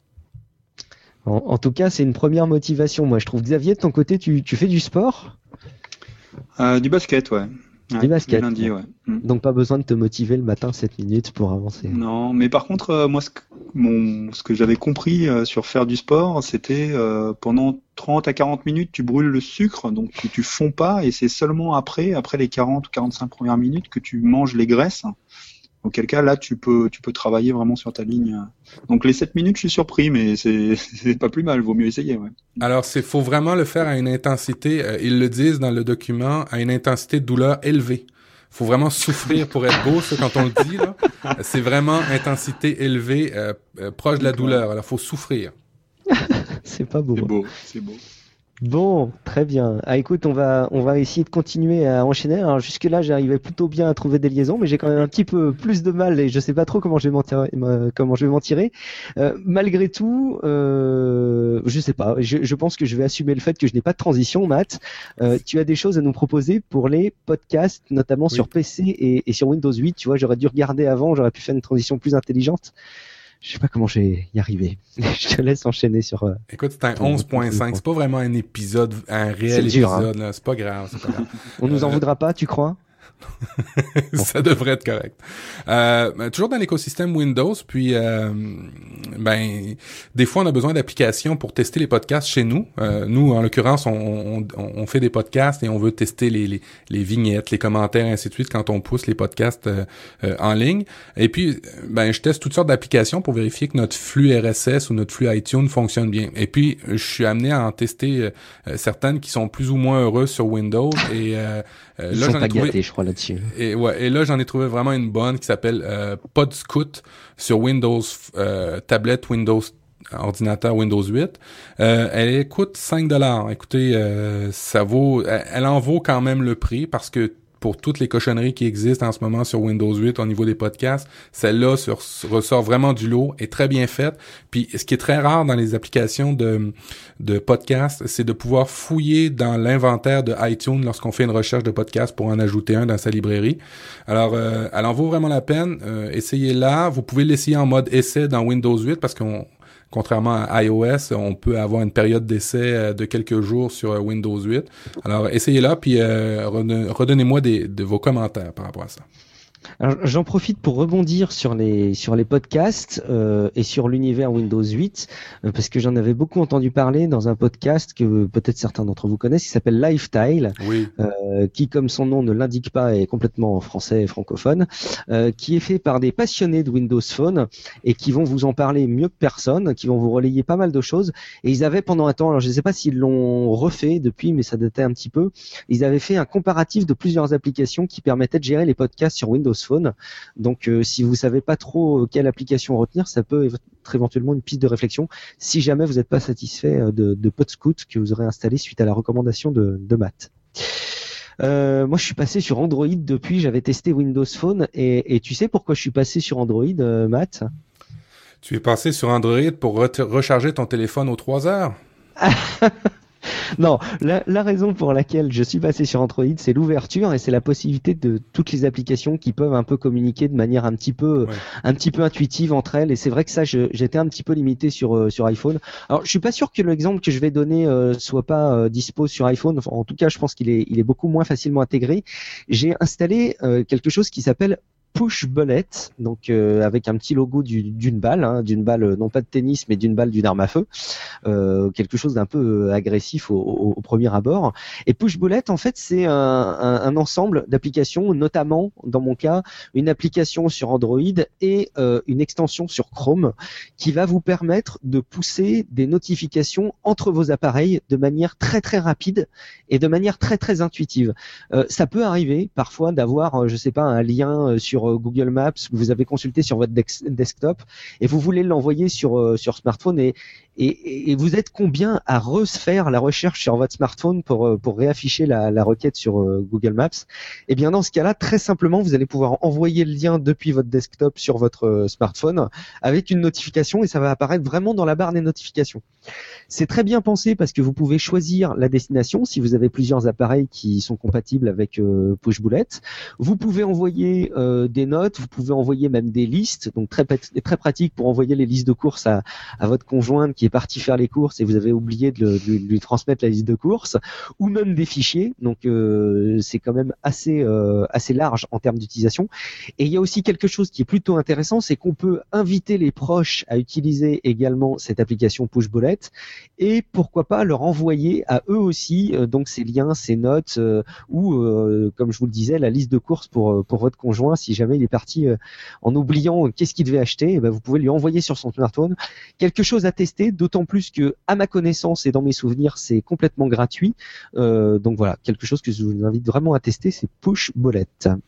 En, en tout cas, c'est une première motivation. Moi, je trouve. Xavier, de ton côté, tu tu fais du sport ? Euh, du basket, ouais. Du ouais, basket. Lundi, ouais. Donc pas besoin de te motiver le matin sept minutes pour avancer. Non, mais par contre, euh, moi, ce que, mon, ce que j'avais compris euh, sur faire du sport, c'était euh, pendant trente à quarante minutes, tu brûles le sucre, donc tu, tu fonds pas, et c'est seulement après, après les quarante ou quarante-cinq premières minutes, que tu manges les graisses. Auquel cas, là, tu peux, tu peux travailler vraiment sur ta ligne. Donc, les sept minutes, je suis surpris, mais c'est, c'est pas plus mal. Vaut mieux essayer, ouais. Alors, c'est, faut vraiment le faire à une intensité, euh, ils le disent dans le document, à une intensité de douleur élevée. Faut vraiment souffrir pour être beau, ça, quand on le dit, là. C'est vraiment intensité élevée, euh, euh, proche de la douleur. Alors, faut souffrir. C'est pas beau. C'est beau, c'est beau. Bon, très bien. Ah, écoute, on va, on va essayer de continuer à enchaîner. Alors, jusque-là, j'arrivais plutôt bien à trouver des liaisons, mais j'ai quand même un petit peu plus de mal et je sais pas trop comment je vais m'en tirer. Comment je vais m'en tirer. Euh, malgré tout, euh, je sais pas. Je, je pense que je vais assumer le fait que je n'ai pas de transition, Matt. Euh, tu as des choses à nous proposer pour les podcasts, notamment oui. sur P C et, et sur Windows huit. Tu vois, j'aurais dû regarder avant, j'aurais pu faire une transition plus intelligente. Je sais pas comment je vais y arriver. Je te laisse enchaîner sur... Euh, Écoute, c'est un onze point cinq. C'est pas vraiment un épisode, un réel c'est dur, épisode. Hein. Là. C'est pas grave. C'est pas grave. On nous en euh... voudra pas, tu crois? Ça devrait être correct. Euh, toujours dans l'écosystème Windows, puis euh, ben des fois on a besoin d'applications pour tester les podcasts chez nous. Euh, nous, en l'occurrence, on, on, on fait des podcasts et on veut tester les, les, les vignettes, les commentaires, ainsi de suite quand on pousse les podcasts euh, euh, en ligne. Et puis, ben je teste toutes sortes d'applications pour vérifier que notre flux R S S ou notre flux iTunes fonctionne bien. Et puis, je suis amené à en tester euh, certaines qui sont plus ou moins heureuses sur Windows. Et euh, Ils là, sont j'en pas ai trouvé... gâtés, je crois, là-dessus. Et ouais, et là j'en ai trouvé vraiment une bonne qui s'appelle euh, PodScoot sur Windows euh, tablette, Windows ordinateur, Windows huit. Euh, elle coûte cinq dollars. Écoutez, euh, ça vaut, elle, elle en vaut quand même le prix parce que pour toutes les cochonneries qui existent en ce moment sur Windows huit au niveau des podcasts, celle-là sur, ressort vraiment du lot, est très bien faite. Puis ce qui est très rare dans les applications de, de podcasts, c'est de pouvoir fouiller dans l'inventaire de iTunes lorsqu'on fait une recherche de podcast pour en ajouter un dans sa librairie. Alors, euh, elle en vaut vraiment la peine. Euh, essayez-la. Vous pouvez l'essayer en mode essai dans Windows huit parce qu'on contrairement à iOS, on peut avoir une période d'essai de quelques jours sur Windows huit. Alors, essayez-la, puis euh, redonnez-moi des, de vos commentaires par rapport à ça. Alors, j'en profite pour rebondir sur les sur les podcasts euh, et sur l'univers Windows huit euh, parce que j'en avais beaucoup entendu parler dans un podcast que peut-être certains d'entre vous connaissent, qui s'appelle Lifetile, oui. euh, qui, comme son nom ne l'indique pas, est complètement français et francophone, euh, qui est fait par des passionnés de Windows Phone et qui vont vous en parler mieux que personne, qui vont vous relayer pas mal de choses. Et ils avaient pendant un temps, alors je ne sais pas s'ils l'ont refait depuis, mais ça datait un petit peu, ils avaient fait un comparatif de plusieurs applications qui permettaient de gérer les podcasts sur Windows Phone. Donc euh, si vous savez pas trop quelle application retenir, ça peut être éventuellement une piste de réflexion si jamais vous n'êtes pas satisfait de, de PodScoot que vous aurez installé suite à la recommandation de, de Matt. Euh, moi je suis passé sur Android depuis, j'avais testé Windows Phone et, et tu sais pourquoi je suis passé sur Android, euh, Matt? Tu es passé sur Android pour re- recharger ton téléphone aux trois heures? Non, la, la raison pour laquelle je suis passé sur Android, c'est l'ouverture et c'est la possibilité de toutes les applications qui peuvent un peu communiquer de manière un petit peu, ouais. un petit peu intuitive entre elles. Et c'est vrai que ça, je, j'étais un petit peu limité sur euh, sur iPhone. Alors, je suis pas sûr que l'exemple que je vais donner euh, soit pas euh, dispo sur iPhone. Enfin, en tout cas, je pense qu'il est il est beaucoup moins facilement intégré. J'ai installé euh, quelque chose qui s'appelle Push Bullet, donc euh, avec un petit logo du, d'une balle, hein, d'une balle euh, non pas de tennis mais d'une balle d'une arme à feu, euh, quelque chose d'un peu euh, agressif au, au, au premier abord. Et Push Bullet, en fait, c'est un, un, un ensemble d'applications, notamment dans mon cas, une application sur Android et euh, une extension sur Chrome qui va vous permettre de pousser des notifications entre vos appareils de manière très très rapide et de manière très très intuitive. Euh, ça peut arriver parfois d'avoir, euh, je sais pas, un lien euh, sur Google Maps que vous avez consulté sur votre dex- desktop et vous voulez l'envoyer sur euh, sur smartphone et, et et vous êtes combien à refaire la recherche sur votre smartphone pour euh, pour réafficher la, la requête sur euh, Google Maps. Et bien dans ce cas-là, très simplement, vous allez pouvoir envoyer le lien depuis votre desktop sur votre euh, smartphone avec une notification et ça va apparaître vraiment dans la barre des notifications. C'est très bien pensé parce que vous pouvez choisir la destination si vous avez plusieurs appareils qui sont compatibles avec euh, Push Bullet. Vous pouvez envoyer euh, des notes, vous pouvez envoyer même des listes, donc très très pratique pour envoyer les listes de courses à, à votre conjointe qui est partie faire les courses et vous avez oublié de, le, de lui transmettre la liste de courses, ou même des fichiers. Donc euh, c'est quand même assez euh, assez large en termes d'utilisation. Et il y a aussi quelque chose qui est plutôt intéressant, c'est qu'on peut inviter les proches à utiliser également cette application Push Bullet et pourquoi pas leur envoyer à eux aussi euh, donc ces liens, ces notes euh, ou euh, comme je vous le disais la liste de courses pour pour votre conjoint si jamais il est parti euh, en oubliant euh, qu'est-ce qu'il devait acheter. Et ben vous pouvez lui envoyer sur son smartphone quelque chose à tester, d'autant plus que à ma connaissance et dans mes souvenirs c'est complètement gratuit. Euh, donc voilà, quelque chose que je vous invite vraiment à tester, c'est Push Bullet.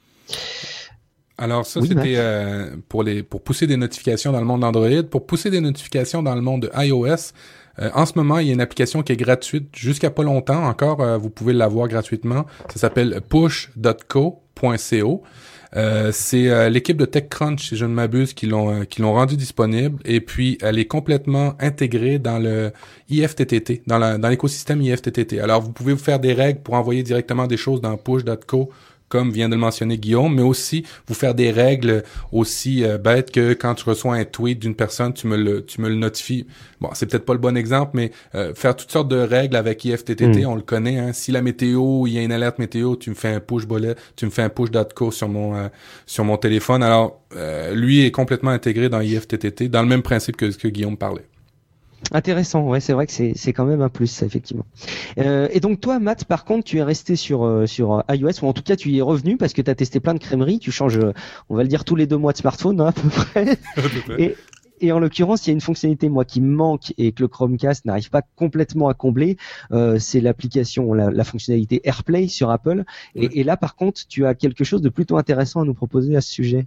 Alors ça, oui, c'était euh, pour les pour pousser des notifications dans le monde d'Android. Pour pousser des notifications dans le monde de iOS, euh, en ce moment, il y a une application qui est gratuite. Jusqu'à pas longtemps encore, euh, vous pouvez l'avoir gratuitement. Ça s'appelle push dot co point co. Euh, c'est euh, l'équipe de TechCrunch, si je ne m'abuse, qui l'ont euh, qui l'ont rendu disponible. Et puis, elle est complètement intégrée dans le I F T T T, dans, la, dans l'écosystème I F T T T. Alors, vous pouvez vous faire des règles pour envoyer directement des choses dans push dot co, comme vient de le mentionner Guillaume, mais aussi vous faire des règles aussi euh, bêtes que quand tu reçois un tweet d'une personne, tu me le tu me le notifies. Bon, c'est peut-être pas le bon exemple, mais euh, faire toutes sortes de règles avec I F T T T, mmh. on le connaît. Hein. Si la météo, il y a une alerte météo, tu me fais un push bullet, tu me fais un push dot co sur mon euh, sur mon téléphone. Alors, euh, lui est complètement intégré dans I F T T T, dans le même principe que ce que Guillaume parlait. Intéressant, ouais, c'est vrai que c'est c'est quand même un plus, ça, effectivement. Euh, et donc toi, Matt, par contre, tu es resté sur euh, sur iOS, ou en tout cas tu y es revenu parce que tu as testé plein de crèmeries. Tu changes, on va le dire, tous les deux mois de smartphone, hein, à peu près. et Et en l'occurrence, il y a une fonctionnalité moi qui me manque et que le Chromecast n'arrive pas complètement à combler. Euh, c'est l'application, la, la fonctionnalité AirPlay sur Apple. Et, ouais. et là, par contre, tu as quelque chose de plutôt intéressant à nous proposer à ce sujet.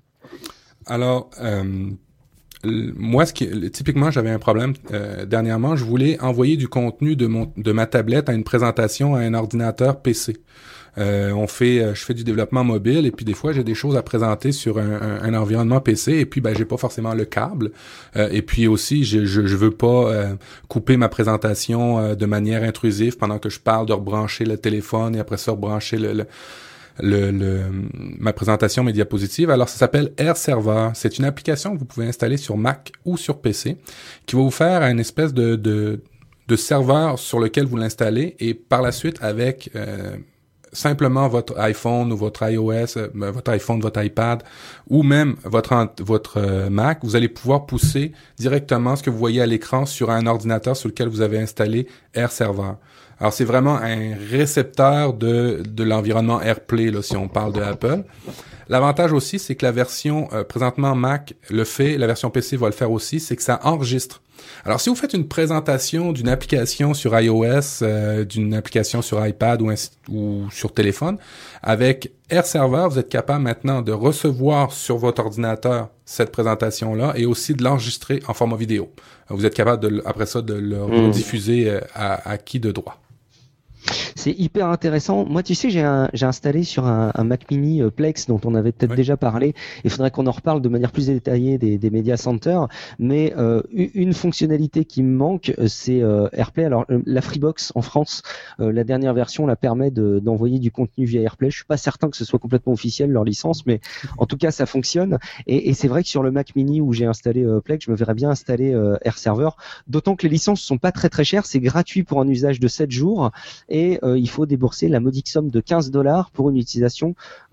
Alors. Euh... Moi, ce qui, typiquement, j'avais un problème euh, dernièrement. Je voulais envoyer du contenu de mon de ma tablette à une présentation à un ordinateur P C. Euh, on fait, je fais du développement mobile et puis des fois j'ai des choses à présenter sur un, un, un environnement P C et puis ben j'ai pas forcément le câble. Euh, et puis aussi, je je, je veux pas euh, couper ma présentation euh, de manière intrusive pendant que je parle de rebrancher le téléphone et après ça rebrancher le, le Le, le, ma présentation, mes diapositives. Alors, ça s'appelle AirServer. C'est une application que vous pouvez installer sur Mac ou sur P C qui va vous faire une espèce de, de, de serveur sur lequel vous l'installez et par la suite, avec euh, simplement votre iPhone ou votre iOS, euh, votre iPhone, votre iPad ou même votre, votre euh, Mac, vous allez pouvoir pousser directement ce que vous voyez à l'écran sur un ordinateur sur lequel vous avez installé AirServer. Alors, c'est vraiment un récepteur de de l'environnement AirPlay, là, si on parle de Apple. L'avantage aussi, c'est que la version euh, présentement Mac le fait, la version P C va le faire aussi, c'est que ça enregistre. Alors, si vous faites une présentation d'une application sur iOS, euh, d'une application sur iPad ou, un, ou sur téléphone, avec AirServer, vous êtes capable maintenant de recevoir sur votre ordinateur cette présentation-là et aussi de l'enregistrer en format vidéo. Vous êtes capable, de, après ça, de le mmh. rediffuser à, à qui de droit. c'est hyper intéressant. Moi, tu sais, j'ai, un, j'ai installé sur un, un Mac Mini euh, Plex dont on avait peut-être Oui. déjà parlé. Il faudrait qu'on en reparle de manière plus détaillée des, des Media Center. Mais euh, une fonctionnalité qui me manque, c'est euh, AirPlay. Alors, euh, la Freebox en France, euh, la dernière version la permet de, d'envoyer du contenu via AirPlay. Je suis pas certain que ce soit complètement officiel leur licence, mais en tout cas, ça fonctionne. Et, et c'est vrai que sur le Mac Mini où j'ai installé euh, Plex, je me verrais bien installer euh, AirServer. D'autant que les licences sont pas très très chères. C'est gratuit pour un usage de sept jours et euh, il faut débourser la modique somme de quinze dollars pour une utilisation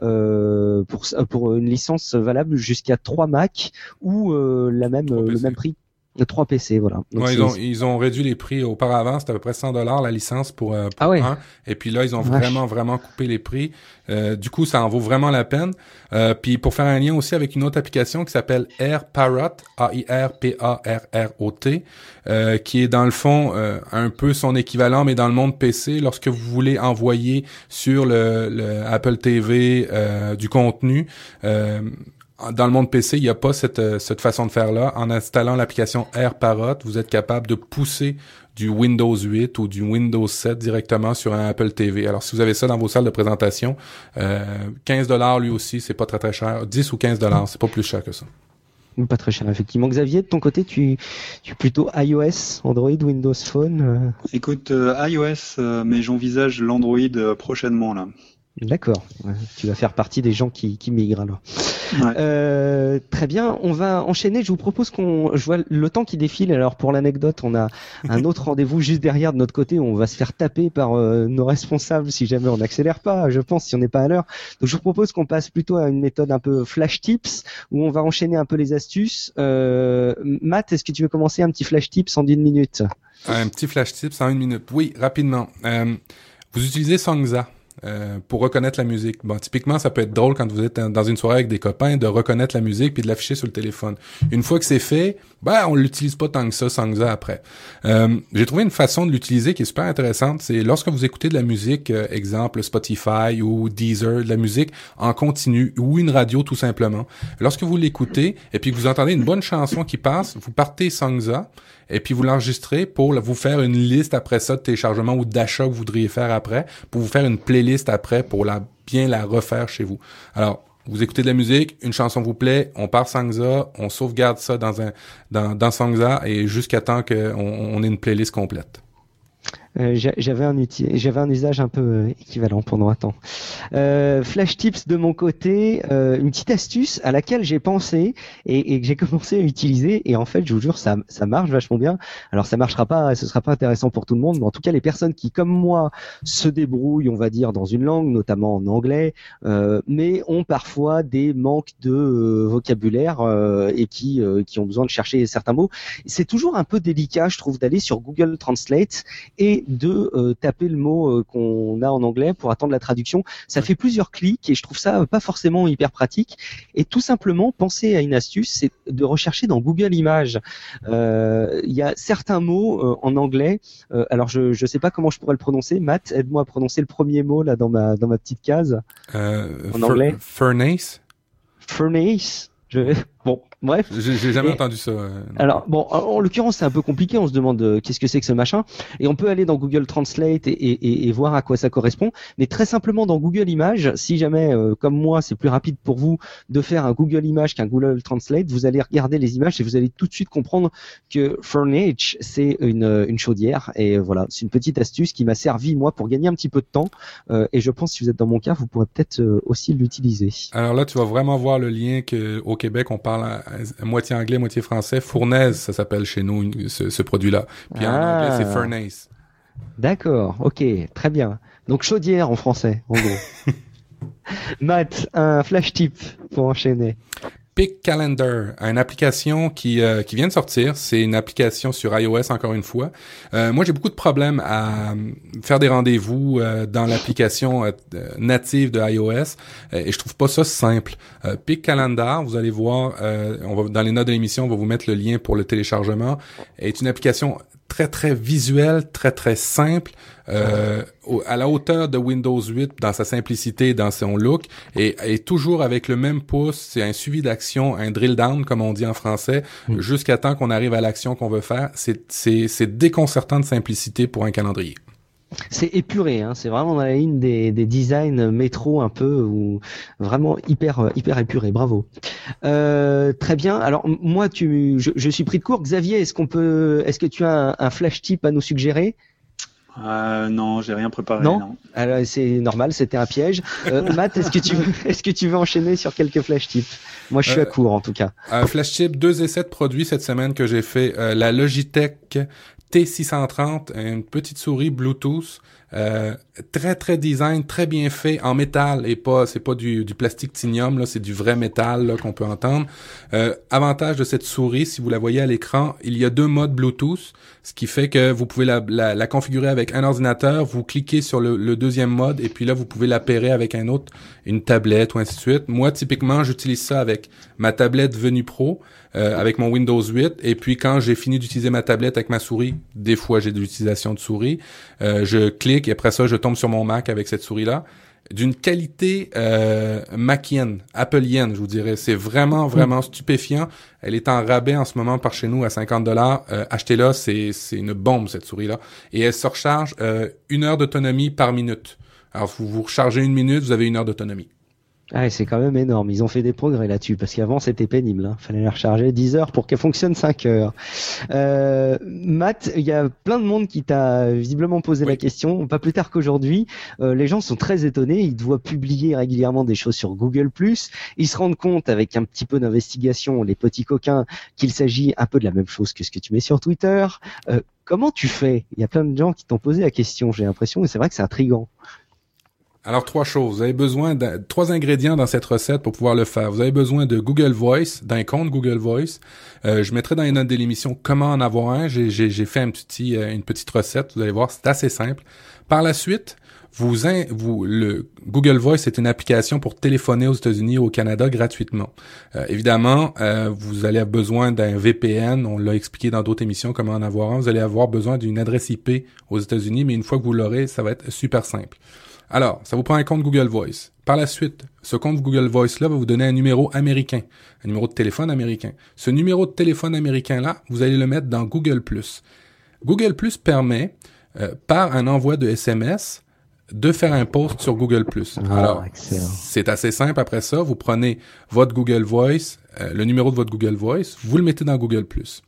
euh, pour pour une licence valable jusqu'à trois Mac ou euh, la même euh, le même prix. trois P C, voilà. Donc ouais, c'est, ils ont ils ont réduit les prix. Auparavant, c'était à peu près cent dollars la licence pour, euh, pour ah ouais. un. Et puis là, ils ont Vache. vraiment vraiment coupé les prix. Euh, du coup, ça en vaut vraiment la peine. Euh, puis pour faire un lien aussi avec une autre application qui s'appelle AirParrot, A I R P A R R O T, euh, qui est dans le fond euh, un peu son équivalent, mais dans le monde P C. Lorsque vous voulez envoyer sur le, le Apple T V euh, du contenu. Euh, Dans le monde P C, il n'y a pas cette, cette façon de faire-là. En installant l'application AirParrot, vous êtes capable de pousser du Windows huit ou du Windows sept directement sur un Apple T V. Alors, si vous avez ça dans vos salles de présentation, euh, quinze dollars lui aussi, c'est pas très très cher. dix ou quinze dollars, c'est pas plus cher que ça. Pas très cher, effectivement. Xavier, de ton côté, tu, tu es plutôt iOS, Android, Windows Phone euh... Écoute, euh, iOS, euh, mais j'envisage l'Android euh, prochainement, là. D'accord. Ouais, tu vas faire partie des gens qui, qui migrent alors. Ouais. Euh, très bien. On va enchaîner. Je vous propose qu'on, je vois le temps qui défile. Alors pour l'anecdote, on a un autre rendez-vous juste derrière de notre côté où on va se faire taper par euh, nos responsables si jamais on n'accélère pas. Je pense si on n'est pas à l'heure. Donc je vous propose qu'on passe plutôt à une méthode un peu flash tips où on va enchaîner un peu les astuces. Euh, Matt, est-ce que tu veux commencer un petit flash tips en une minute? Un petit flash tips en une minute. Oui, rapidement. Euh, vous utilisez Songza. Euh, pour reconnaître la musique. Bon, typiquement, ça peut être drôle quand vous êtes dans une soirée avec des copains de reconnaître la musique puis de l'afficher sur le téléphone. Une fois que c'est fait, ben on l'utilise pas tant que ça, Songza après. Euh, j'ai trouvé une façon de l'utiliser qui est super intéressante. C'est lorsque vous écoutez de la musique, euh, exemple Spotify ou Deezer, de la musique en continu ou une radio tout simplement. Lorsque vous l'écoutez et puis que vous entendez une bonne chanson qui passe, vous partez Songza et puis vous l'enregistrez pour vous faire une liste après ça de téléchargements ou d'achats que vous voudriez faire après, pour vous faire une playlist après pour la bien la refaire chez vous. Alors, vous écoutez de la musique, une chanson vous plaît, on part Songza, on sauvegarde ça dans un dans, dans Songza et jusqu'à temps qu'on on ait une playlist complète. Euh, j'avais un uti- j'avais un usage un peu équivalent pendant un temps. Euh, flash tips de mon côté, euh, une petite astuce à laquelle j'ai pensé et, et que j'ai commencé à utiliser et en fait, je vous jure, ça ça marche vachement bien. Alors ça marchera pas, ce sera pas intéressant pour tout le monde, mais en tout cas les personnes qui, comme moi, se débrouillent, on va dire, dans une langue, notamment en anglais, euh, mais ont parfois des manques de euh, vocabulaire euh, et qui euh, qui ont besoin de chercher certains mots. C'est toujours un peu délicat, je trouve, d'aller sur Google Translate et de euh, taper le mot euh, qu'on a en anglais pour attendre la traduction. Ça fait plusieurs clics et je trouve ça euh, pas forcément hyper pratique. Et tout simplement, penser à une astuce, c'est de rechercher dans Google Images. Euh, Il y a certains mots euh, en anglais. Euh, alors je je sais pas comment je pourrais le prononcer. Matt, aide-moi à prononcer le premier mot là dans ma dans ma petite case. Euh, en anglais. Furnace. Furnace. Je... Bon, bref. J'ai, j'ai jamais et, entendu ça. Euh, alors, bon, en, en l'occurrence, c'est un peu compliqué. On se demande euh, qu'est-ce que c'est que ce machin. Et on peut aller dans Google Translate et, et, et voir à quoi ça correspond. Mais très simplement, dans Google Images, si jamais, euh, comme moi, c'est plus rapide pour vous de faire un Google Images qu'un Google Translate, vous allez regarder les images et vous allez tout de suite comprendre que furnace, c'est une, une chaudière. Et voilà, c'est une petite astuce qui m'a servi, moi, pour gagner un petit peu de temps. Euh, et je pense, si vous êtes dans mon cas, vous pourrez peut-être euh, aussi l'utiliser. Alors là, tu vas vraiment voir le lien que au Québec, on parle à, à moitié anglais, moitié français. Fournaise, ça s'appelle chez nous, ce, ce produit-là. Puis ah. en anglais, c'est furnace. D'accord, ok, très bien. Donc chaudière en français, en gros. Matt, un flash tip pour enchaîner. Pick Calendar, une application qui euh, qui vient de sortir. C'est une application sur iOS encore une fois. Euh, moi, j'ai beaucoup de problèmes à faire des rendez-vous euh, dans l'application euh, native de iOS euh, et je trouve pas ça simple. Euh, Pick Calendar, vous allez voir, euh, on va dans les notes de l'émission, on va vous mettre le lien pour le téléchargement. Est une application très très visuelle, très très simple, euh, à la hauteur de Windows huit dans sa simplicité, dans son look, et, et toujours avec le même pouce. C'est un suivi d'action, un drill down comme on dit en français, mmh. jusqu'à temps qu'on arrive à l'action qu'on veut faire. C'est c'est c'est déconcertant de simplicité pour un calendrier. C'est épuré, hein. C'est vraiment dans la ligne des, des designs métro un peu, ou vraiment hyper hyper épuré. Bravo. Euh, très bien. Alors moi, tu, je, je suis pris de court. Xavier, est-ce qu'on peut, est-ce que tu as un, un flash tip à nous suggérer? Euh, non, j'ai rien préparé. Non, non. Alors c'est normal, c'était un piège. Euh, Matt, est-ce que tu veux, est-ce que tu veux enchaîner sur quelques flash tips? Moi, je suis euh, à court en tout cas. Un flash tip, deux essais de produits cette semaine que j'ai fait. Euh, la Logitech T six cent trente, une petite souris Bluetooth, euh, très très design, très bien fait en métal et pas, c'est pas du, du plastique titanium là, c'est du vrai métal là, qu'on peut entendre. Euh, avantage de cette souris, si vous la voyez à l'écran, il y a deux modes Bluetooth, ce qui fait que vous pouvez la, la, la configurer avec un ordinateur, vous cliquez sur le, le deuxième mode et puis là vous pouvez la pairer avec un autre, une tablette ou ainsi de suite. Moi typiquement j'utilise ça avec ma tablette Venue Pro. Euh, avec mon Windows huit, et puis quand j'ai fini d'utiliser ma tablette avec ma souris, des fois j'ai de l'utilisation de souris, euh, je clique et après ça je tombe sur mon Mac avec cette souris-là, d'une qualité euh, Macienne, Appleienne, je vous dirais. C'est vraiment, vraiment stupéfiant. Elle est en rabais en ce moment par chez nous à cinquante dollars. Euh, achetez-la, c'est, c'est une bombe cette souris-là. Et elle se recharge euh, une heure d'autonomie par minute. Alors vous vous rechargez une minute, vous avez une heure d'autonomie. Ah, c'est quand même énorme. Ils ont fait des progrès là-dessus parce qu'avant c'était pénible. Hein. Fallait la recharger dix heures pour qu'elle fonctionne cinq heures. Euh, Matt, il y a plein de monde qui t'a visiblement posé oui. la question. Pas plus tard qu'aujourd'hui, euh, les gens sont très étonnés. Ils te voient publier régulièrement des choses sur Google plus. Ils se rendent compte avec un petit peu d'investigation, les petits coquins, qu'il s'agit un peu de la même chose que ce que tu mets sur Twitter. Euh, comment tu fais? Il y a plein de gens qui t'ont posé la question. J'ai l'impression, et c'est vrai que c'est intriguant. Alors, trois choses. Vous avez besoin de trois ingrédients dans cette recette pour pouvoir le faire. Vous avez besoin de Google Voice, d'un compte Google Voice. Euh, je mettrai dans les notes de l'émission comment en avoir un. J'ai, j'ai, j'ai fait un petit, euh, une petite recette. Vous allez voir, c'est assez simple. Par la suite, vous, in, vous, le Google Voice, c'est une application pour téléphoner aux États-Unis et au Canada gratuitement. Euh, évidemment, euh, vous allez avoir besoin d'un V P N. On l'a expliqué dans d'autres émissions comment en avoir un. Vous allez avoir besoin d'une adresse I P aux États-Unis, mais une fois que vous l'aurez, ça va être super simple. Alors, ça vous prend un compte Google Voice. Par la suite, ce compte Google Voice-là va vous donner un numéro américain, un numéro de téléphone américain. Ce numéro de téléphone américain-là, vous allez le mettre dans Google plus. Google plus permet, euh, par un envoi de S M S, de faire un post sur Google plus. Ah, Alors, excellent. C'est assez simple. Après ça, vous prenez votre Google Voice, euh, le numéro de votre Google Voice, vous le mettez dans Google plus.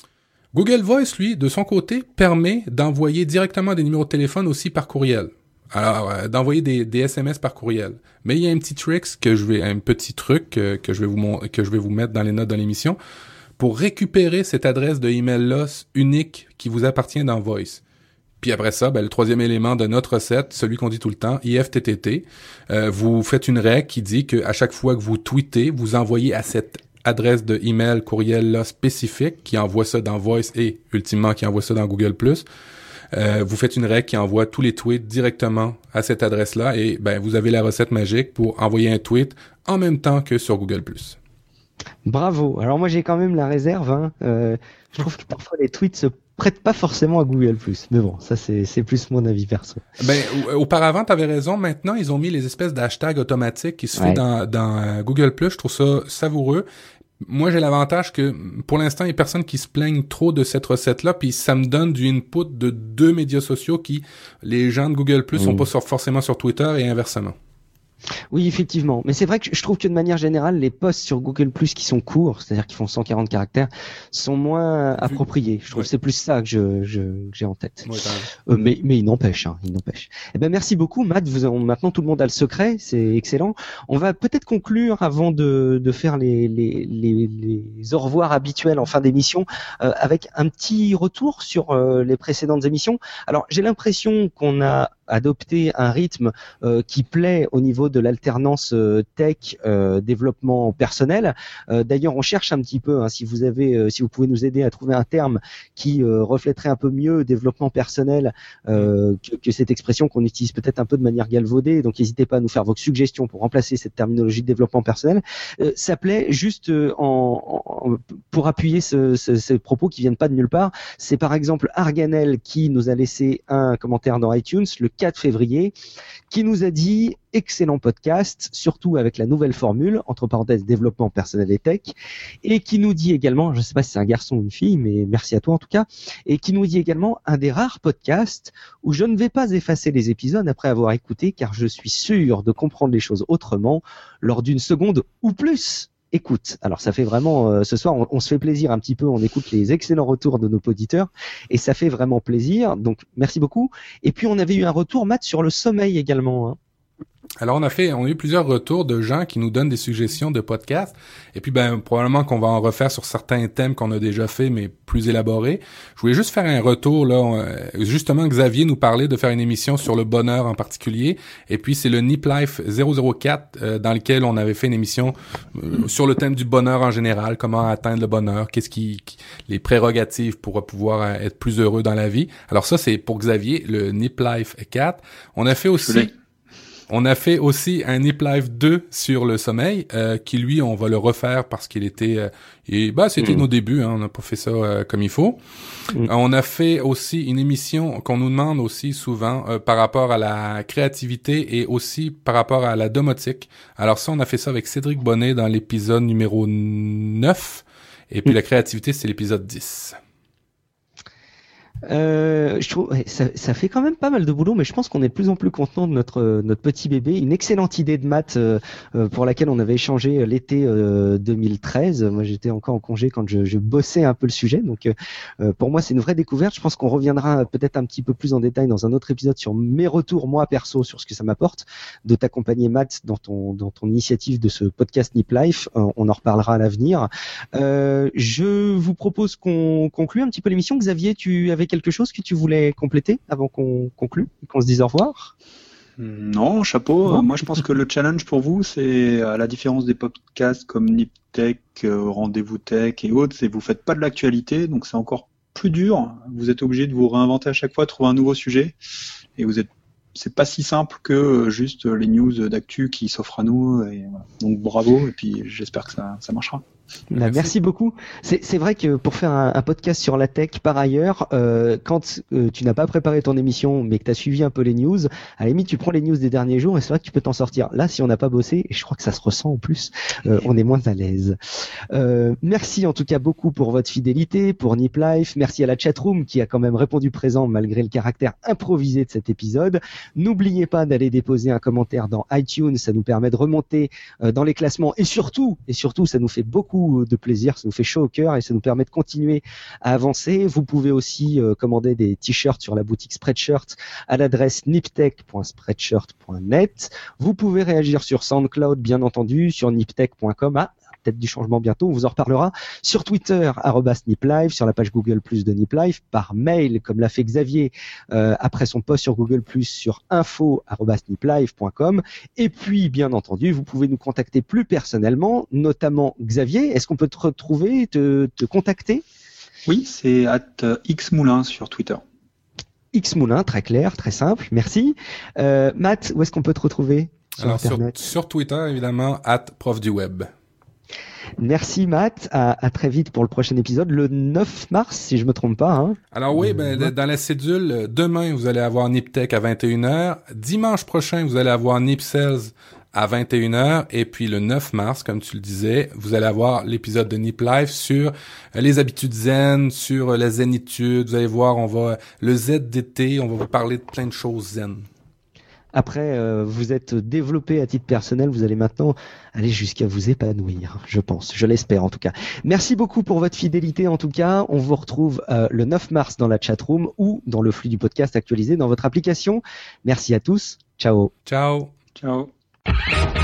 Google Voice, lui, de son côté, permet d'envoyer directement des numéros de téléphone aussi par courriel. Alors, euh, d'envoyer des, des S M S par courriel. Mais il y a un petit trick que je vais, un petit truc euh, que je vais vous mon, que je vais vous mettre dans les notes de l'émission pour récupérer cette adresse de email là unique qui vous appartient dans Voice. Puis après ça, ben, le troisième élément de notre recette, celui qu'on dit tout le temps, I F T T T, euh, vous faites une règle qui dit que à chaque fois que vous tweetez, vous envoyez à cette adresse de email courriel là spécifique qui envoie ça dans Voice et ultimement qui envoie ça dans Google plus. Euh, vous faites une règle qui envoie tous les tweets directement à cette adresse-là et ben vous avez la recette magique pour envoyer un tweet en même temps que sur Google plus. Bravo. Alors moi j'ai quand même la réserve. Hein. Euh, je trouve que parfois les tweets se prêtent pas forcément à Google plus. Mais bon, ça c'est c'est plus mon avis perso. Ben auparavant tu avais raison. Maintenant ils ont mis les espèces d'hashtags automatiques qui se ouais. fait dans dans Google plus. Je trouve ça savoureux. Moi, j'ai l'avantage que, pour l'instant, il y a personne qui se plaigne trop de cette recette-là, puis ça me donne du input de deux médias sociaux qui, les gens de Google plus, mmh. sont pas sur, forcément sur Twitter et inversement. Oui, effectivement. Mais c'est vrai que je trouve que de manière générale, les posts sur Google plus qui sont courts, c'est-à-dire qui font cent quarante caractères, sont moins appropriés. Je trouve ouais. que c'est plus ça que je, je que j'ai en tête. Ouais, euh, mais mais il n'empêche, hein, il n'empêche. Eh ben merci beaucoup, Matt. Vous avez, maintenant tout le monde a le secret, c'est excellent. On va peut-être conclure avant de de faire les les les, les au revoir habituels en fin d'émission euh, avec un petit retour sur euh, les précédentes émissions. Alors j'ai l'impression qu'on a adopter un rythme euh, qui plaît au niveau de l'alternance euh, tech euh, développement personnel. Euh, d'ailleurs, on cherche un petit peu, hein, si vous avez, euh, si vous pouvez nous aider à trouver un terme qui euh, reflèterait un peu mieux développement personnel euh, que, que cette expression qu'on utilise peut-être un peu de manière galvaudée. Donc, n'hésitez pas à nous faire vos suggestions pour remplacer cette terminologie de développement personnel. Euh, ça plaît juste euh, en, en, pour appuyer ce, ce, ces propos qui viennent pas de nulle part. C'est par exemple Arganel qui nous a laissé un commentaire dans iTunes, le quatre février, qui nous a dit « Excellent podcast, surtout avec la nouvelle formule, entre parenthèses développement personnel et tech », et qui nous dit également, je ne sais pas si c'est un garçon ou une fille, mais merci à toi en tout cas, et qui nous dit également « Un des rares podcasts où je ne vais pas effacer les épisodes après avoir écouté, car je suis sûr de comprendre les choses autrement lors d'une seconde ou plus ». Écoute, alors ça fait vraiment, euh, ce soir on, on se fait plaisir un petit peu, on écoute les excellents retours de nos auditeurs et ça fait vraiment plaisir, donc merci beaucoup. Et puis on avait eu un retour, Matt, sur le sommeil également, hein. Alors on a fait, on a eu plusieurs retours de gens qui nous donnent des suggestions de podcasts, et puis ben probablement qu'on va en refaire sur certains thèmes qu'on a déjà fait mais plus élaborés. Je voulais juste faire un retour là, on, justement Xavier nous parlait de faire une émission sur le bonheur en particulier, et puis c'est le Nip Life zéro zéro quatre euh, dans lequel on avait fait une émission euh, sur le thème du bonheur en général, comment atteindre le bonheur, qu'est-ce qui, qui les prérogatives pour pouvoir être plus heureux dans la vie. Alors ça c'est pour Xavier, le Nip Life quatre. On a fait aussi On a fait aussi un Nip Life deux sur le sommeil, euh, qui lui, on va le refaire parce qu'il était, euh, et bah c'était mmh. nos débuts, hein, on n'a pas fait ça euh, comme il faut. Mmh. Euh, on a fait aussi une émission qu'on nous demande aussi souvent euh, par rapport à la créativité et aussi par rapport à la domotique. Alors ça, on a fait ça avec Cédric Bonnet dans l'épisode numéro neuf, et puis mmh. la créativité, c'est l'épisode dix. Euh, je trouve ouais, ça, ça fait quand même pas mal de boulot, mais je pense qu'on est de plus en plus content de notre notre petit bébé. Une excellente idée de maths euh, pour laquelle on avait échangé l'été euh, deux mille treize. Moi, j'étais encore en congé quand je, je bossais un peu le sujet, donc euh, pour moi, c'est une vraie découverte. Je pense qu'on reviendra peut-être un petit peu plus en détail dans un autre épisode sur mes retours moi perso, sur ce que ça m'apporte de t'accompagner, Matt, dans ton dans ton initiative de ce podcast Nip Life. Euh, on en reparlera à l'avenir. Euh, je vous propose qu'on conclue un petit peu l'émission. Xavier, tu avais quelque chose que tu voulais compléter avant qu'on conclue et qu'on se dise au revoir? Non, chapeau. Non. Moi, je pense que le challenge pour vous, c'est à la différence des podcasts comme NipTech, euh, Rendez-vous Tech et autres, c'est que vous faites pas de l'actualité, donc c'est encore plus dur. Vous êtes obligé de vous réinventer à chaque fois, trouver un nouveau sujet, et vous êtes c'est pas si simple que juste les news d'actu qui s'offrent à nous. Et voilà. Donc bravo, et puis j'espère que ça, ça marchera. Bah, merci. merci beaucoup. C'est, c'est vrai que pour faire un, un podcast sur la tech, par ailleurs, euh, quand euh, tu n'as pas préparé ton émission, mais que tu as suivi un peu les news, à la limite, tu prends les news des derniers jours et c'est vrai que tu peux t'en sortir. Là, si on n'a pas bossé, et je crois que ça se ressent en plus, euh, on est moins à l'aise. Euh, merci en tout cas beaucoup pour votre fidélité, pour Nip Life. Merci à la chatroom qui a quand même répondu présent malgré le caractère improvisé de cet épisode. N'oubliez pas d'aller déposer un commentaire dans iTunes, ça nous permet de remonter euh, dans les classements et surtout, et surtout, ça nous fait beaucoup de plaisir, ça nous fait chaud au cœur et ça nous permet de continuer à avancer. Vous pouvez aussi euh, commander des t-shirts sur la boutique Spreadshirt à l'adresse niptech point spreadshirt point net. Vous pouvez réagir sur SoundCloud, bien entendu, sur niptech point com. Ah, peut-être du changement bientôt, on vous en reparlera. Sur Twitter, arobase NipLife, sur la page Google Plus de NipLife, par mail, comme l'a fait Xavier euh, après son post sur Google Plus, sur info arobase niplife point com. Et puis, bien entendu, vous pouvez nous contacter plus personnellement, notamment Xavier. Est-ce qu'on peut te retrouver, te, te contacter? Oui, c'est at xmoulin sur Twitter. Xmoulin, très clair, très simple, merci. Euh, Matt, où est-ce qu'on peut te retrouver sur Alors, Internet? sur, sur Twitter, évidemment, at prof du web. Merci Matt, à, à très vite pour le prochain épisode, le neuf mars si je me trompe pas. Hein. Alors oui, ben, dans la cédule, demain vous allez avoir NipTech à vingt et une heures, dimanche prochain vous allez avoir NipSales à vingt et une heures, et puis le neuf mars, comme tu le disais, vous allez avoir l'épisode de Nip Life sur les habitudes zen, sur la zénitude. Vous allez voir, on va le Z d'été, on va vous parler de plein de choses zen. Après, euh, vous êtes développé à titre personnel, vous allez maintenant aller jusqu'à vous épanouir, je pense, je l'espère en tout cas. Merci beaucoup pour votre fidélité en tout cas. On vous retrouve euh, le neuf mars dans la chatroom ou dans le flux du podcast actualisé dans votre application. Merci à tous. Ciao. Ciao. Ciao.